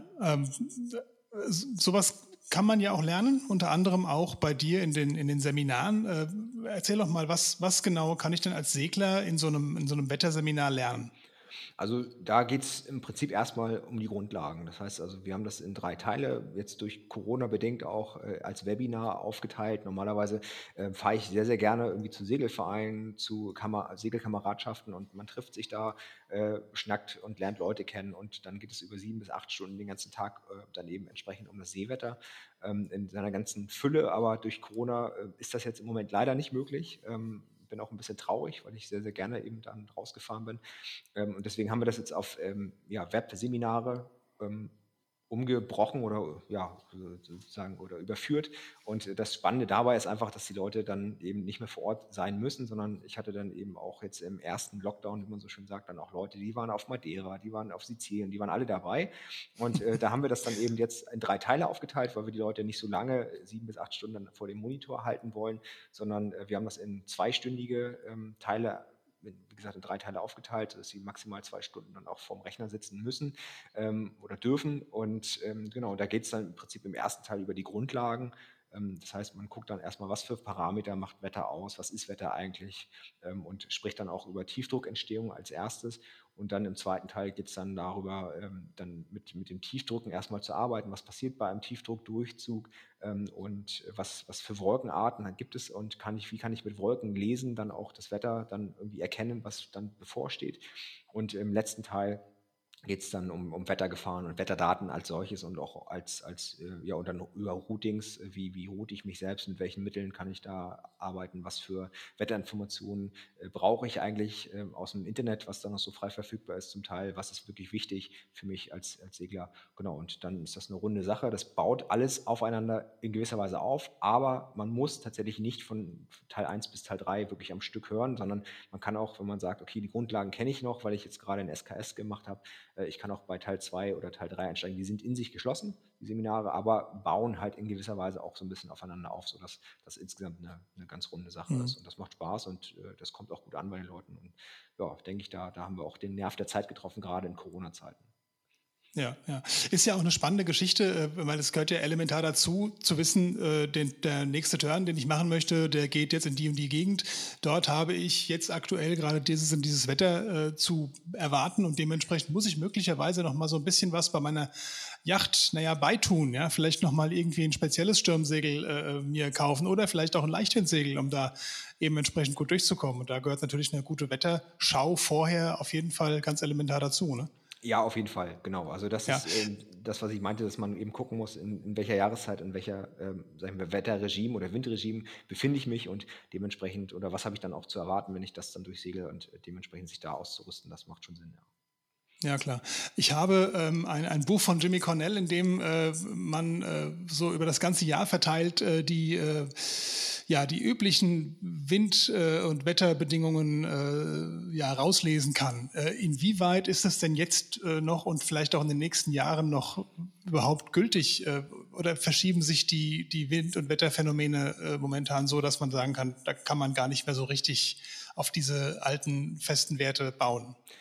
sowas kann man ja auch lernen, unter anderem auch bei dir in den Seminaren. Erzähl doch mal, was genau kann ich denn als Segler in so einem Wetterseminar lernen? Also da geht es im Prinzip erstmal um die Grundlagen. Das heißt also, wir haben das in 3 Teile, jetzt durch Corona bedingt auch als Webinar aufgeteilt. Normalerweise fahre ich sehr, sehr gerne irgendwie zu Segelvereinen, zu Segelkameradschaften und man trifft sich da, schnackt und lernt Leute kennen und dann geht es über 7 bis 8 Stunden den ganzen Tag dann eben entsprechend um das Seewetter in seiner ganzen Fülle. Aber durch Corona ist das jetzt im Moment leider nicht möglich. Bin auch ein bisschen traurig, weil ich sehr, sehr gerne eben dann rausgefahren bin. Und deswegen haben wir das jetzt auf Webseminare umgebrochen oder ja, sozusagen oder überführt. Und das Spannende dabei ist einfach, dass die Leute dann eben nicht mehr vor Ort sein müssen, sondern ich hatte dann eben auch jetzt im ersten Lockdown, wie man so schön sagt, dann auch Leute, die waren auf Madeira, die waren auf Sizilien, die waren alle dabei. Und da haben wir das dann eben jetzt in 3 Teile aufgeteilt, weil wir die Leute nicht so lange, 7 bis 8 Stunden dann vor dem Monitor halten wollen, sondern wir haben das in 2-stündige Teile, wie gesagt, in 3 Teile aufgeteilt, dass sie maximal 2 Stunden dann auch vorm Rechner sitzen müssen oder dürfen. Und genau, da geht es dann im Prinzip im ersten Teil über die Grundlagen. Das heißt, man guckt dann erstmal, was für Parameter macht Wetter aus, was ist Wetter eigentlich und spricht dann auch über Tiefdruckentstehung als erstes. Und dann im zweiten Teil geht es dann darüber, dann mit dem Tiefdrucken erstmal zu arbeiten, was passiert bei einem Tiefdruckdurchzug und was für Wolkenarten gibt es und wie kann ich mit Wolken lesen, dann auch das Wetter dann irgendwie erkennen, was dann bevorsteht. Und im letzten Teil geht es dann um Wettergefahren und Wetterdaten als solches und auch ja, und dann über Routings, wie route ich mich selbst, mit welchen Mitteln kann ich da arbeiten, was für Wetterinformationen brauche ich eigentlich aus dem Internet, was da noch so frei verfügbar ist zum Teil, was ist wirklich wichtig für mich als Segler. Genau, und dann ist das eine runde Sache. Das baut alles aufeinander in gewisser Weise auf, aber man muss tatsächlich nicht von Teil 1 bis Teil 3 wirklich am Stück hören, sondern man kann auch, wenn man sagt, okay, die Grundlagen kenne ich noch, weil ich jetzt gerade ein SKS gemacht habe, ich kann auch bei Teil 2 oder Teil 3 einsteigen. Die sind in sich geschlossen, die Seminare, aber bauen halt in gewisser Weise auch so ein bisschen aufeinander auf, sodass das insgesamt eine ganz runde Sache Mhm. ist. Und das macht Spaß und das kommt auch gut an bei den Leuten. Und ja, denke ich, da haben wir auch den Nerv der Zeit getroffen, gerade in Corona-Zeiten. Ja, ja. Ist ja auch eine spannende Geschichte, weil es gehört ja elementar dazu, zu wissen, der nächste Turn, den ich machen möchte, der geht jetzt in die und die Gegend. Dort habe ich jetzt aktuell gerade dieses Wetter zu erwarten und dementsprechend muss ich möglicherweise noch mal so ein bisschen was bei meiner Yacht, beitun. Ja? Vielleicht noch mal irgendwie ein spezielles Sturmsegel mir kaufen oder vielleicht auch ein Leichtwindsegel, um da eben entsprechend gut durchzukommen. Und da gehört natürlich eine gute Wetterschau vorher auf jeden Fall ganz elementar dazu, ne? Ja, auf jeden Fall, genau. Also das Ja. ist das, was ich meinte, dass man eben gucken muss, in welcher Jahreszeit, in welcher, sagen wir, Wetterregime oder Windregime befinde ich mich und dementsprechend, oder was habe ich dann auch zu erwarten, wenn ich das dann durchsegel und dementsprechend sich da auszurüsten, das macht schon Sinn, ja. Ja, klar. Ich habe ein Buch von Jimmy Cornell, in dem man so über das ganze Jahr verteilt die üblichen Wind- und Wetterbedingungen rauslesen kann. Inwieweit ist das denn jetzt noch und vielleicht auch in den nächsten Jahren noch überhaupt gültig? Oder verschieben sich die Wind- und Wetterphänomene momentan so, dass man sagen kann, da kann man gar nicht mehr so richtig auf diese alten festen Werte bauen?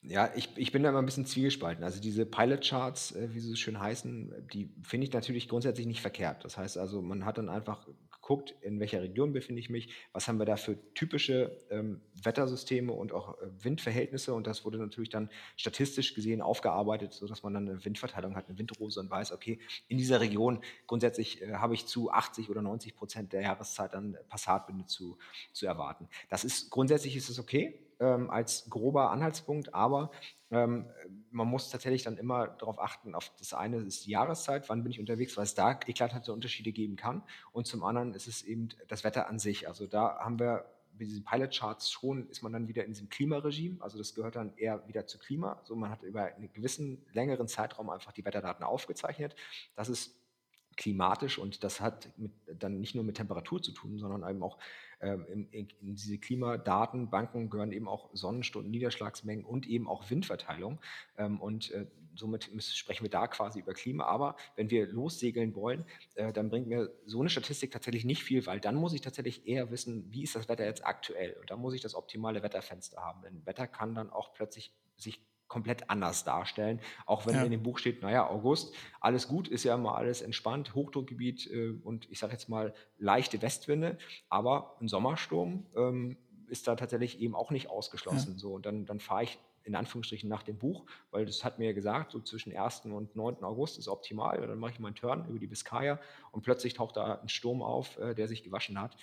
Ja, ich bin da immer ein bisschen zwiegespalten. Also, diese Pilot-Charts, wie sie so schön heißen, die finde ich natürlich grundsätzlich nicht verkehrt. Das heißt also, man hat dann einfach geguckt, in welcher Region befinde ich mich, was haben wir da für typische, Wettersysteme und auch, Windverhältnisse, und das wurde natürlich dann statistisch gesehen aufgearbeitet, sodass man dann eine Windverteilung hat, eine Windrose, und weiß, okay, in dieser Region grundsätzlich, habe ich zu 80 oder 90% der Jahreszeit dann Passatwinde zu erwarten. Grundsätzlich ist es okay, als grober Anhaltspunkt, aber man muss tatsächlich dann immer darauf achten, auf das eine ist die Jahreszeit, wann bin ich unterwegs, weil es da eklatante Unterschiede geben kann, und zum anderen ist es eben das Wetter an sich. Also da haben wir mit diesen Pilot-Charts schon, ist man dann wieder in diesem Klimaregime, also das gehört dann eher wieder zu Klima. So, man hat über einen gewissen längeren Zeitraum einfach die Wetterdaten aufgezeichnet. Das ist klimatisch, und das hat dann nicht nur mit Temperatur zu tun, sondern eben auch in diese Klimadatenbanken gehören eben auch Sonnenstunden, Niederschlagsmengen und eben auch Windverteilung. Somit sprechen wir da quasi über Klima. Aber wenn wir lossegeln wollen, dann bringt mir so eine Statistik tatsächlich nicht viel, weil dann muss ich tatsächlich eher wissen, wie ist das Wetter jetzt aktuell. Und da muss ich das optimale Wetterfenster haben. Denn Wetter kann dann auch plötzlich sich komplett anders darstellen, auch wenn Ja, in dem Buch steht, naja, August, alles gut, ist ja immer alles entspannt, Hochdruckgebiet und ich sage jetzt mal leichte Westwinde, aber ein Sommersturm ist da tatsächlich eben auch nicht ja, ausgeschlossen. So, und dann fahre ich in Anführungsstrichen nach dem Buch, weil das hat mir ja gesagt, so zwischen 1. und 9. August ist optimal. Und dann mache ich meinen Turn über die Biskaya und plötzlich taucht da ein Sturm auf, der sich gewaschen hat.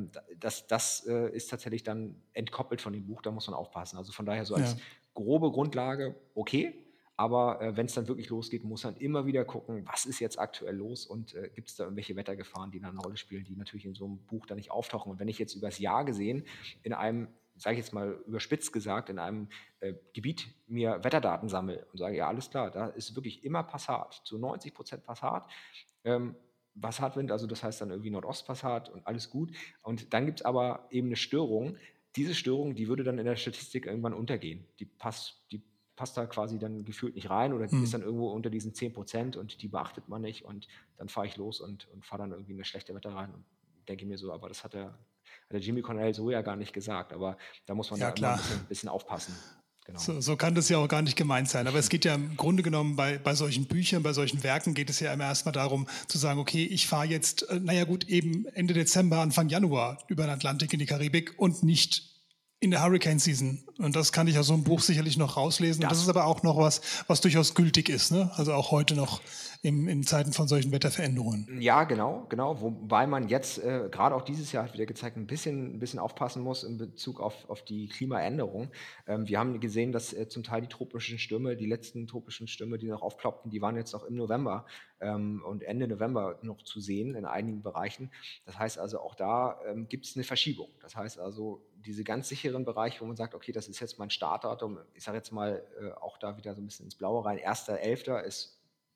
Das ist tatsächlich dann entkoppelt von dem Buch, da muss man aufpassen. Also von daher so als ja. grobe Grundlage okay, aber wenn es dann wirklich losgeht, muss man immer wieder gucken, was ist jetzt aktuell los, und gibt es da irgendwelche Wettergefahren, die da eine Rolle spielen, die natürlich in so einem Buch dann nicht auftauchen. Und wenn ich jetzt übers Jahr gesehen in einem, sage ich jetzt mal überspitzt gesagt, in einem Gebiet mir Wetterdaten sammle und sage, ja, alles klar, da ist wirklich immer Passat, zu 90% Passat, ähm, Passatwind, also das heißt dann irgendwie Nordostpassat und alles gut. Und dann gibt es aber eben eine Störung. Diese Störung, die würde dann in der Statistik irgendwann untergehen. Die passt da quasi dann gefühlt nicht rein oder Hm. ist dann irgendwo unter diesen 10% und die beachtet man nicht, und dann fahre ich los und fahre dann irgendwie in eine schlechte Wetter rein und denke mir so, aber das hat der Jimmy Connell so ja gar nicht gesagt. Aber da muss man Ja, da immer ein klar. bisschen aufpassen. Genau. So kann das ja auch gar nicht gemeint sein. Aber es geht ja im Grunde genommen bei solchen Büchern, bei solchen Werken geht es ja immer erstmal darum zu sagen, okay, ich fahre jetzt, naja gut, eben Ende Dezember, Anfang Januar über den Atlantik in die Karibik und nicht in der Hurricane Season. Und das kann ich aus so einem Buch sicherlich noch rauslesen. Und das ist Das aber auch noch was durchaus gültig ist, ne? Also auch heute noch in Zeiten von solchen Wetterveränderungen. Ja, genau, genau. Wobei man jetzt, grade auch dieses Jahr hat wieder gezeigt, ein bisschen aufpassen muss in Bezug auf die Klimaänderung. Wir haben gesehen, dass, zum Teil die letzten tropischen Stürme, die noch aufploppten, die waren jetzt auch im November, und Ende November noch zu sehen in einigen Bereichen. Das heißt also, auch da, gibt es eine Verschiebung. Das heißt also, diese ganz sicheren Bereiche, wo man sagt: „Okay, das ist jetzt mein Startdatum“, ich sage jetzt mal, auch da wieder so ein bisschen ins Blaue rein, 1.11. ist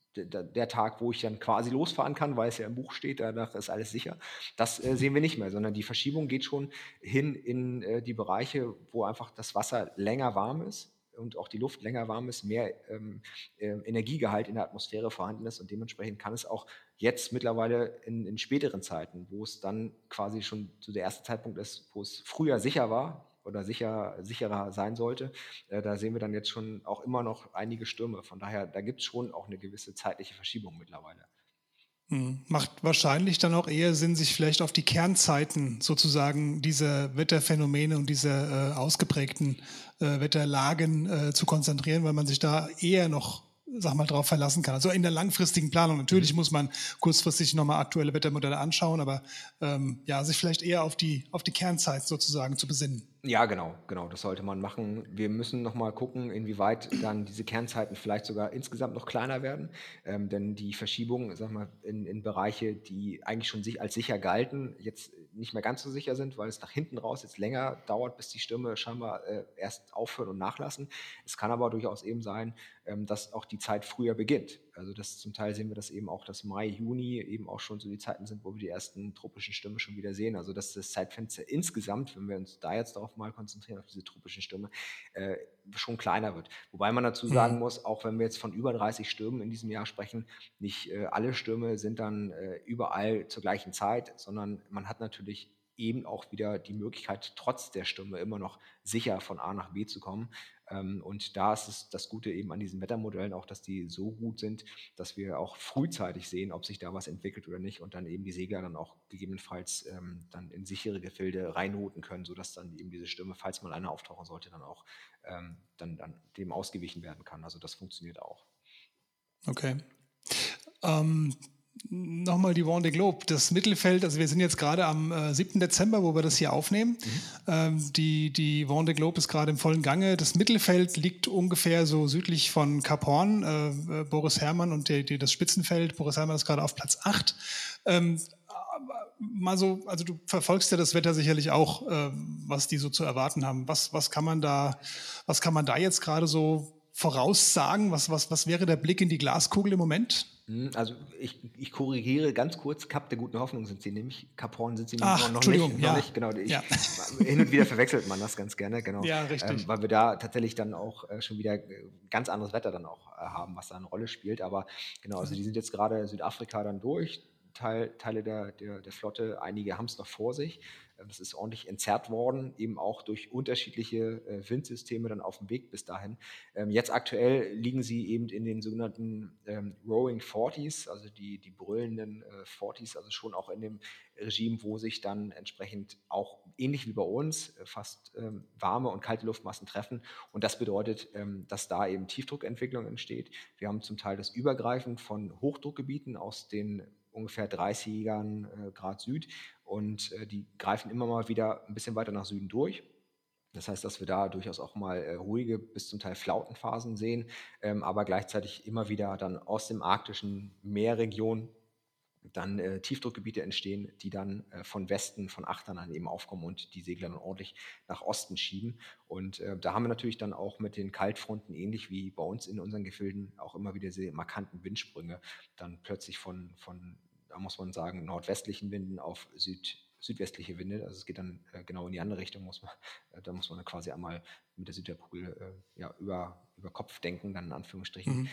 der Tag, wo ich dann quasi losfahren kann, weil es ja im Buch steht, danach ist alles sicher. Das sehen wir nicht mehr, sondern die Verschiebung geht schon hin in die Bereiche, wo einfach das Wasser länger warm ist und auch die Luft länger warm ist, mehr Energiegehalt in der Atmosphäre vorhanden ist, und dementsprechend kann es auch jetzt mittlerweile in späteren Zeiten, wo es dann quasi schon so der erste Zeitpunkt ist, wo es früher sicher war oder sicherer sein sollte, da sehen wir dann jetzt schon auch immer noch einige Stürme. Von daher, da gibt es schon auch eine gewisse zeitliche Verschiebung mittlerweile. Macht wahrscheinlich dann auch eher Sinn, sich vielleicht auf die Kernzeiten sozusagen dieser Wetterphänomene und dieser ausgeprägten Wetterlagen zu konzentrieren, weil man sich da eher noch, sag mal, drauf verlassen kann. Also in der langfristigen Planung. Natürlich Mhm. muss man kurzfristig nochmal aktuelle Wettermodelle anschauen, aber ja, sich vielleicht eher auf die Kernzeit sozusagen zu besinnen. Ja, genau, das sollte man machen. Wir müssen noch mal gucken, inwieweit dann diese Kernzeiten vielleicht sogar insgesamt noch kleiner werden, denn die Verschiebung, sage mal, in Bereiche, die eigentlich schon sich als sicher galten, jetzt nicht mehr ganz so sicher sind, weil es nach hinten raus jetzt länger dauert, bis die Stürme scheinbar erst aufhören und nachlassen. Es kann aber durchaus eben sein, dass auch die Zeit früher beginnt. Also das zum Teil sehen wir das eben auch, dass Mai, Juni eben auch schon so die Zeiten sind, wo wir die ersten tropischen Stürme schon wieder sehen. Also dass das Zeitfenster insgesamt, wenn wir uns da jetzt darauf mal konzentrieren, auf diese tropischen Stürme, äh, schon kleiner wird. Wobei man dazu sagen Hm. muss, auch wenn wir jetzt von über 30 Stürmen in diesem Jahr sprechen, nicht alle Stürme sind dann überall zur gleichen Zeit, sondern man hat natürlich eben auch wieder die Möglichkeit, trotz der Stürme immer noch sicher von A nach B zu kommen. Und da ist es das Gute eben an diesen Wettermodellen auch, dass die so gut sind, dass wir auch frühzeitig sehen, ob sich da was entwickelt oder nicht und dann eben die Segler dann auch gegebenenfalls dann in sichere Gefilde reinrouten können, sodass dann eben diese Stürme, falls mal einer auftauchen sollte, dann auch dann dem ausgewichen werden kann. Also das funktioniert auch. Okay. Nochmal die Vendée Globe, das Mittelfeld, also wir sind jetzt gerade am 7. Dezember, wo wir das hier aufnehmen. Die Vendée Globe ist gerade im vollen Gange. Das Mittelfeld liegt ungefähr so südlich von Cap Horn. Boris Herrmann und das Spitzenfeld, Boris Herrmann ist gerade auf Platz 8. Mal so, also du verfolgst ja das Wetter sicherlich auch, was die so zu erwarten haben. Was kann man da jetzt gerade so voraussagen? Was wäre der Blick in die Glaskugel im Moment? Also ich korrigiere ganz kurz, Kap der guten Hoffnung sind sie nämlich, Kap Horn sind sie Ach, noch Entschuldigung, nicht, ja. genau. Ja. Hin und wieder verwechselt man das ganz gerne, genau. Ja, richtig. Weil wir da tatsächlich dann auch schon wieder ganz anderes Wetter dann auch haben, was da eine Rolle spielt. Aber genau, also die sind jetzt gerade Südafrika dann durch, Teile der Flotte, einige haben es noch vor sich. Das ist ordentlich entzerrt worden, eben auch durch unterschiedliche Windsysteme dann auf dem Weg bis dahin. Jetzt aktuell liegen sie eben in den sogenannten Roaring Forties, also die brüllenden Forties, also schon auch in dem Regime, wo sich dann entsprechend auch ähnlich wie bei uns fast warme und kalte Luftmassen treffen. Und das bedeutet, dass da eben Tiefdruckentwicklung entsteht. Wir haben zum Teil das Übergreifen von Hochdruckgebieten aus den ungefähr 30 Grad Süd und die greifen immer mal wieder ein bisschen weiter nach Süden durch. Das heißt, dass wir da durchaus auch mal ruhige bis zum Teil Flautenphasen sehen, aber gleichzeitig immer wieder dann aus dem arktischen Meerregion dann Tiefdruckgebiete entstehen, die dann von Westen, von Achtern dann eben aufkommen und die Segler dann ordentlich nach Osten schieben. Und da haben wir natürlich dann auch mit den Kaltfronten, ähnlich wie bei uns in unseren Gefilden, auch immer wieder sehr markanten Windsprünge, dann plötzlich da muss man sagen, nordwestlichen Winden auf südwestliche Winde. Also es geht dann genau in die andere Richtung, da muss man dann quasi einmal mit der Südhalbkugel über Kopf denken, dann in Anführungsstrichen.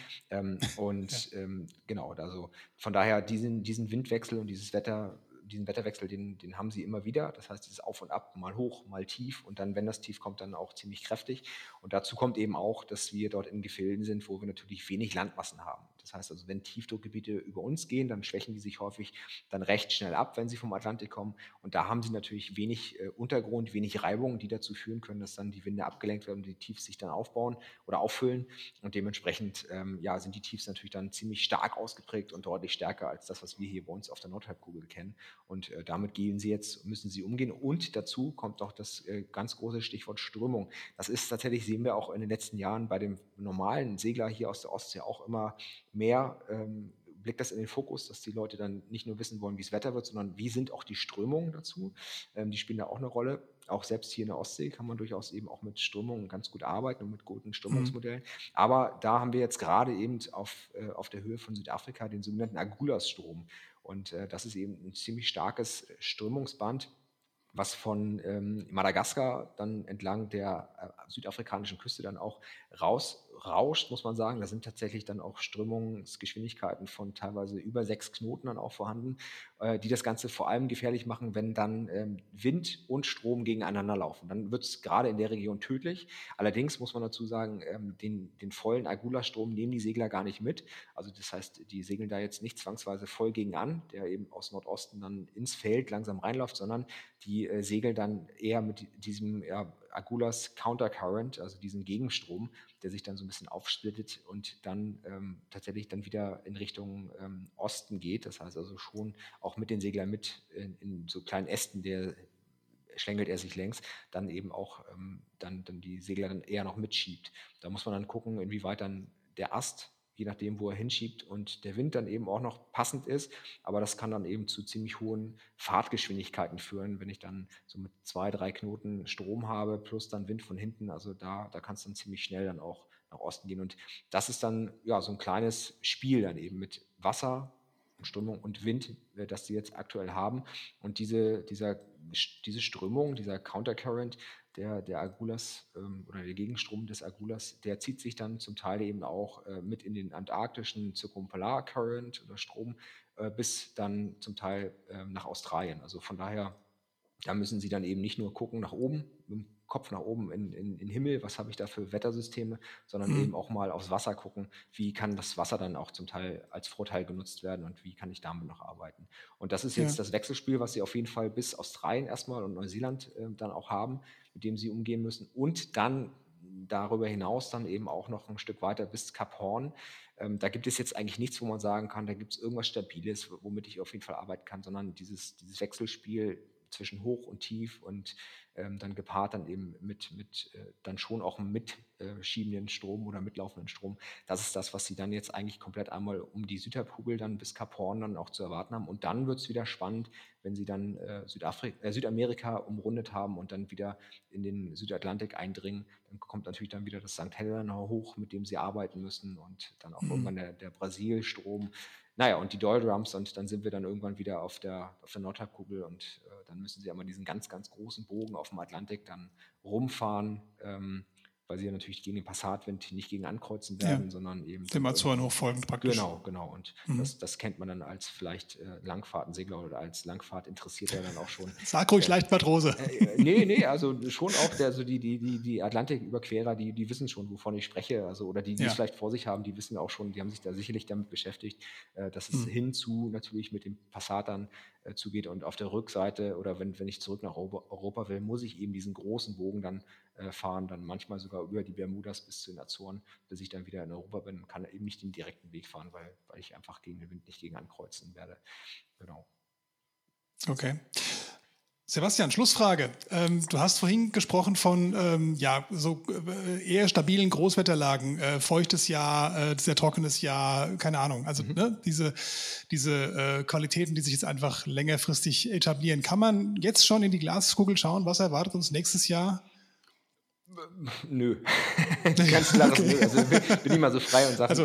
Genau, also von daher diesen Windwechsel und diesen Wetterwechsel, den haben sie immer wieder. Das heißt, dieses Auf und Ab, mal hoch, mal tief und dann, wenn das Tief kommt, dann auch ziemlich kräftig. Und dazu kommt eben auch, dass wir dort in Gefilden sind, wo wir natürlich wenig Landmassen haben. Das heißt also, wenn Tiefdruckgebiete über uns gehen, dann schwächen die sich häufig dann recht schnell ab, wenn sie vom Atlantik kommen. Und da haben sie natürlich wenig Untergrund, wenig Reibung, die dazu führen können, dass dann die Winde abgelenkt werden und die Tiefs sich dann aufbauen oder auffüllen. Und dementsprechend sind die Tiefs natürlich dann ziemlich stark ausgeprägt und deutlich stärker als das, was wir hier bei uns auf der Nordhalbkugel kennen. Und damit müssen sie umgehen. Und dazu kommt noch das ganz große Stichwort Strömung. Das ist tatsächlich, sehen wir auch in den letzten Jahren bei dem normalen Segler hier aus der Ostsee auch immer mehr, blickt das in den Fokus, dass die Leute dann nicht nur wissen wollen, wie das Wetter wird, sondern wie sind auch die Strömungen dazu. Die spielen da auch eine Rolle. Auch selbst hier in der Ostsee kann man durchaus eben auch mit Strömungen ganz gut arbeiten und mit guten Strömungsmodellen. Aber da haben wir jetzt gerade eben auf der Höhe von Südafrika den sogenannten Agulhas-Strom. Und das ist eben ein ziemlich starkes Strömungsband, was von Madagaskar dann entlang der südafrikanischen Küste dann auch rausrauscht, muss man sagen. Da sind tatsächlich dann auch Strömungsgeschwindigkeiten von teilweise über 6 Knoten dann auch vorhanden, die das Ganze vor allem gefährlich machen, wenn dann Wind und Strom gegeneinander laufen. Dann wird es gerade in der Region tödlich. Allerdings muss man dazu sagen, den vollen Agulhas-Strom nehmen die Segler gar nicht mit. Also das heißt, die segeln da jetzt nicht zwangsweise voll gegen an, der eben aus Nordosten dann ins Feld langsam reinläuft, sondern die segeln dann eher mit diesem Agulhas Countercurrent, also diesem Gegenstrom, der sich dann so ein bisschen aufsplittet und dann tatsächlich dann wieder in Richtung Osten geht. Das heißt also schon auch mit den Seglern mit in so kleinen Ästen, schlängelt er sich längs, dann eben auch dann die Segler dann eher noch mitschiebt. Da muss man dann gucken, inwieweit dann der Ast, je nachdem, wo er hinschiebt und der Wind dann eben auch noch passend ist. Aber das kann dann eben zu ziemlich hohen Fahrtgeschwindigkeiten führen, wenn ich dann so mit 2, 3 Knoten Strom habe, plus dann Wind von hinten. Also da kann es dann ziemlich schnell dann auch nach Osten gehen. Und das ist dann so ein kleines Spiel dann eben mit Wasser, Strömung und Wind, das sie jetzt aktuell haben. Und diese Strömung, dieser Countercurrent, der Agulhas oder der Gegenstrom des Agulhas, der zieht sich dann zum Teil eben auch mit in den antarktischen Circumpolar Current oder Strom bis dann zum Teil nach Australien. Also von daher Da müssen sie dann eben nicht nur gucken nach oben, mit dem Kopf nach oben in den Himmel, was habe ich da für Wettersysteme, sondern eben auch mal aufs Wasser gucken, wie kann das Wasser dann auch zum Teil als Vorteil genutzt werden und wie kann ich damit noch arbeiten. Und das ist Ja. jetzt das Wechselspiel, was sie auf jeden Fall bis Australien erstmal und Neuseeland dann auch haben, mit dem sie umgehen müssen. Und dann darüber hinaus dann eben auch noch ein Stück weiter bis Kap Horn. Da gibt es jetzt eigentlich nichts, wo man sagen kann, da gibt es irgendwas Stabiles, womit ich auf jeden Fall arbeiten kann, sondern dieses Wechselspiel zwischen hoch und tief und dann gepaart dann eben mit dann schon auch einem mitschiebenden Strom oder mitlaufenden Strom. Das ist das, was sie dann jetzt eigentlich komplett einmal um die Südhalbkugel dann bis Kap Horn dann auch zu erwarten haben. Und dann wird es wieder spannend, wenn sie dann Südamerika umrundet haben und dann wieder in den Südatlantik eindringen. Dann kommt natürlich dann wieder das St. Helena hoch, mit dem sie arbeiten müssen und dann auch irgendwann der Brasilstrom. Naja, und die Doldrums und dann sind wir dann irgendwann wieder auf der Nordhalbkugel und dann müssen sie einmal diesen ganz, ganz großen Bogen auf dem Atlantik dann rumfahren, weil sie ja natürlich gegen den Passatwind nicht gegen ankreuzen werden, sondern eben dem Azoren hochfolgend praktisch. Genau. Und das kennt man dann als vielleicht Langfahrtensegler oder als Langfahrtinteressierter dann auch schon. Sag ruhig leicht Matrose. Nee, also schon auch die Atlantiküberquerer, die wissen schon, wovon ich spreche, also oder die es vielleicht vor sich haben, die wissen auch schon, die haben sich da sicherlich damit beschäftigt, dass es hinzu natürlich mit den Passatern zugeht und auf der Rückseite oder wenn ich zurück nach Europa will, muss ich eben diesen großen Bogen dann fahren, dann manchmal sogar über die Bermudas bis zu den Azoren, bis ich dann wieder in Europa bin und kann eben nicht den direkten Weg fahren, weil ich einfach gegen den Wind nicht gegen ankreuzen werde. Genau. Okay. Sebastian, Schlussfrage. Du hast vorhin gesprochen von eher stabilen Großwetterlagen, feuchtes Jahr, sehr trockenes Jahr, keine Ahnung. Also diese Qualitäten, die sich jetzt einfach längerfristig etablieren. Kann man jetzt schon in die Glaskugel schauen, was erwartet uns nächstes Jahr? Nö, ganz klares Nö. Also bin ich mal so frei und sage,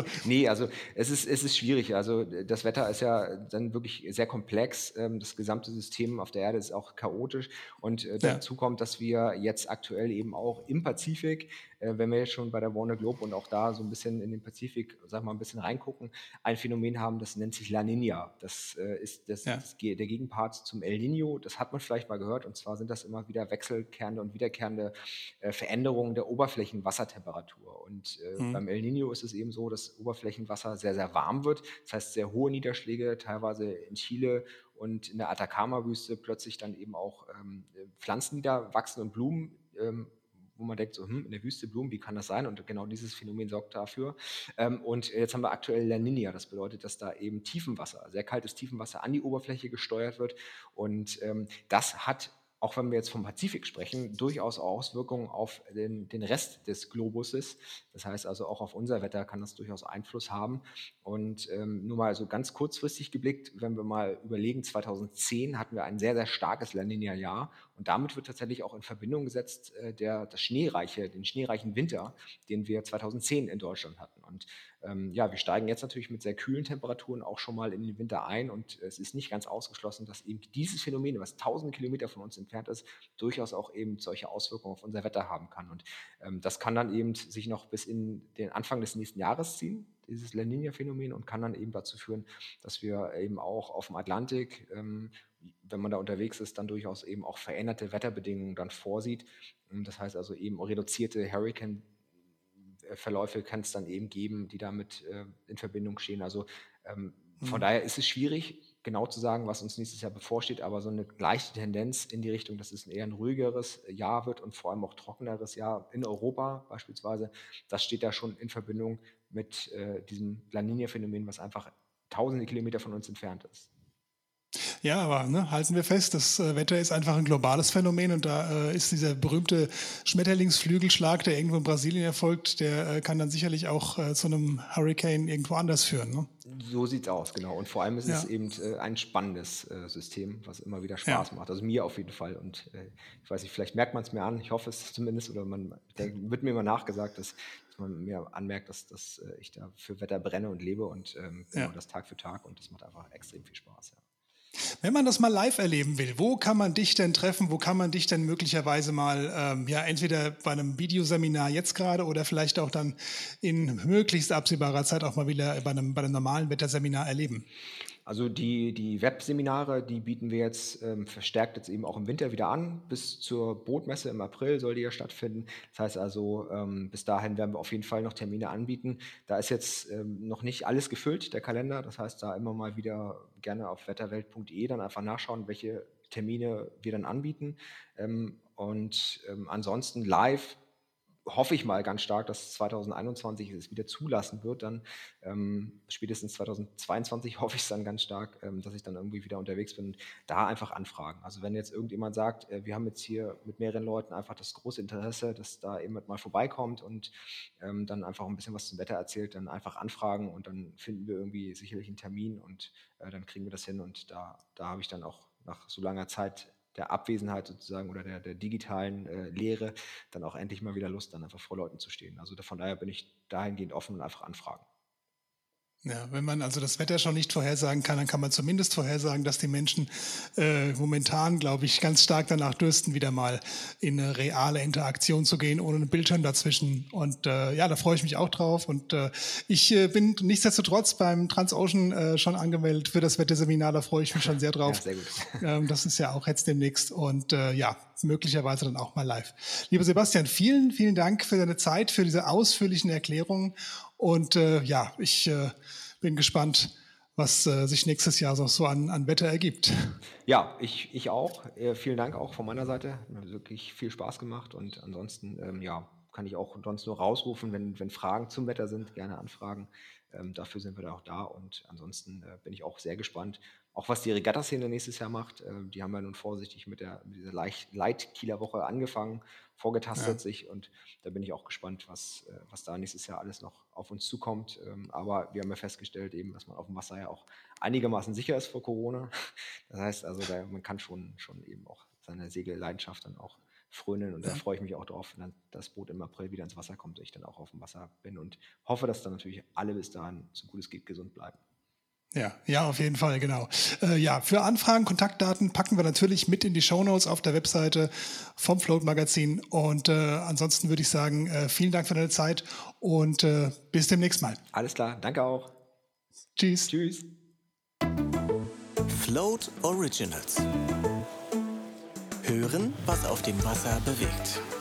es ist schwierig. Also das Wetter ist ja dann wirklich sehr komplex. Das gesamte System auf der Erde ist auch chaotisch und dazu kommt, dass wir jetzt aktuell eben auch im Pazifik, wenn wir jetzt schon bei der Warner Globe und auch da so ein bisschen in den Pazifik, sag mal, ein bisschen reingucken, ein Phänomen haben, das nennt sich La Niña. Das ist der Gegenpart zum El Niño. Das hat man vielleicht mal gehört und zwar sind das immer wieder wechselkehrende und wiederkehrende Veränderungen der Oberflächenwassertemperatur. Und beim El Niño ist es eben so, dass Oberflächenwasser sehr, sehr warm wird. Das heißt, sehr hohe Niederschläge, teilweise in Chile und in der Atacama-Wüste plötzlich dann eben auch Pflanzen niederwachsen und Blumen, wo man denkt, so, in der Wüste Blumen, wie kann das sein? Und genau dieses Phänomen sorgt dafür. Und jetzt haben wir aktuell La Niña. Das bedeutet, dass da eben Tiefenwasser, sehr kaltes Tiefenwasser an die Oberfläche gesteuert wird. Und das hat, auch wenn wir jetzt vom Pazifik sprechen, durchaus Auswirkungen auf den Rest des Globuses. Das heißt also auch auf unser Wetter kann das durchaus Einfluss haben. Und nur mal so ganz kurzfristig geblickt, wenn wir mal überlegen, 2010 hatten wir ein sehr, sehr starkes La Niña-Jahr. Und damit wird tatsächlich auch in Verbindung gesetzt den schneereichen Winter, den wir 2010 in Deutschland hatten. Und wir steigen jetzt natürlich mit sehr kühlen Temperaturen auch schon mal in den Winter ein und es ist nicht ganz ausgeschlossen, dass eben dieses Phänomen, was tausende Kilometer von uns entfernt ist, durchaus auch eben solche Auswirkungen auf unser Wetter haben kann. Und das kann dann eben sich noch bis in den Anfang des nächsten Jahres ziehen, dieses La Niña-Phänomen, und kann dann eben dazu führen, dass wir eben auch auf dem Atlantik, wenn man da unterwegs ist, dann durchaus eben auch veränderte Wetterbedingungen dann vorsieht. Das heißt also eben reduzierte Hurricane-Verläufe kann es dann eben geben, die damit in Verbindung stehen. Also von daher ist es schwierig, genau zu sagen, was uns nächstes Jahr bevorsteht, aber so eine leichte Tendenz in die Richtung, dass es eher ein ruhigeres Jahr wird und vor allem auch trockeneres Jahr in Europa beispielsweise, das steht da schon in Verbindung mit diesem La Niña-Phänomen, was einfach tausende Kilometer von uns entfernt ist. Ja, aber halten wir fest, das Wetter ist einfach ein globales Phänomen und da ist dieser berühmte Schmetterlingsflügelschlag, der irgendwo in Brasilien erfolgt, der kann dann sicherlich auch zu einem Hurricane irgendwo anders führen. Ne? So sieht's aus, genau. Und vor allem ist es eben ein spannendes System, was immer wieder Spaß macht. Also mir auf jeden Fall. Und ich weiß nicht, vielleicht merkt man es mir an, ich hoffe es zumindest, oder wird mir immer nachgesagt, dass man mir anmerkt, dass ich da für Wetter brenne und lebe und das Tag für Tag und das macht einfach extrem viel Spaß, ja. Wenn man das mal live erleben will, wo kann man dich denn treffen? Wo kann man dich denn möglicherweise mal, entweder bei einem Videoseminar jetzt gerade oder vielleicht auch dann in möglichst absehbarer Zeit auch mal wieder bei einem normalen Wetterseminar erleben? Also die Webseminare, die bieten wir jetzt verstärkt jetzt eben auch im Winter wieder an. Bis zur Bootmesse im April soll die ja stattfinden. Das heißt also, bis dahin werden wir auf jeden Fall noch Termine anbieten. Da ist jetzt noch nicht alles gefüllt, der Kalender. Das heißt, da immer mal wieder gerne auf wetterwelt.de dann einfach nachschauen, welche Termine wir dann anbieten. Ansonsten live hoffe ich mal ganz stark, dass 2021 es wieder zulassen wird. Dann spätestens 2022 hoffe ich es dann ganz stark, dass ich dann irgendwie wieder unterwegs bin. Da einfach anfragen. Also wenn jetzt irgendjemand sagt, wir haben jetzt hier mit mehreren Leuten einfach das große Interesse, dass da jemand mal vorbeikommt und dann einfach ein bisschen was zum Wetter erzählt, dann einfach anfragen und dann finden wir irgendwie sicherlich einen Termin und dann kriegen wir das hin. Und da habe ich dann auch nach so langer Zeit der Abwesenheit sozusagen oder der digitalen Lehre dann auch endlich mal wieder Lust, dann einfach vor Leuten zu stehen. Also von daher bin ich dahingehend offen und einfach anfragen. Ja, wenn man also das Wetter schon nicht vorhersagen kann, dann kann man zumindest vorhersagen, dass die Menschen momentan, glaube ich, ganz stark danach dürsten, wieder mal in eine reale Interaktion zu gehen, ohne einen Bildschirm dazwischen. Und da freue ich mich auch drauf. Und ich bin nichtsdestotrotz beim Transocean schon angemeldet für das Wetterseminar. Da freue ich mich schon sehr drauf. Ja, sehr gut. Das ist ja auch jetzt demnächst. Und möglicherweise dann auch mal live. Lieber Sebastian, vielen, vielen Dank für deine Zeit, für diese ausführlichen Erklärungen. Und ich bin gespannt, was sich nächstes Jahr so an Wetter ergibt. Ja, ich auch. Vielen Dank auch von meiner Seite. Hat wirklich viel Spaß gemacht. Und ansonsten, kann ich auch sonst nur rausrufen, wenn Fragen zum Wetter sind, gerne anfragen. Dafür sind wir da auch da. Und ansonsten bin ich auch sehr gespannt, auch was die Regatta-Szene nächstes Jahr macht. Die haben ja nun vorsichtig mit dieser Light-Kieler Woche angefangen, vorgetastet sich. Und da bin ich auch gespannt, was da nächstes Jahr alles noch auf uns zukommt. Aber wir haben ja festgestellt, eben, dass man auf dem Wasser ja auch einigermaßen sicher ist vor Corona. Das heißt also, man kann schon eben auch seine Segelleidenschaft dann auch frönen. Und da freue ich mich auch drauf, wenn dann das Boot im April wieder ins Wasser kommt und ich dann auch auf dem Wasser bin und hoffe, dass dann natürlich alle bis dahin, so gut es geht, gesund bleiben. Ja, auf jeden Fall, genau. Für Anfragen, Kontaktdaten packen wir natürlich mit in die Shownotes auf der Webseite vom Float Magazin. Und ansonsten würde ich sagen, vielen Dank für deine Zeit und bis demnächst mal. Alles klar, danke auch. Tschüss. Tschüss. Float Originals. Hören, was auf dem Wasser bewegt.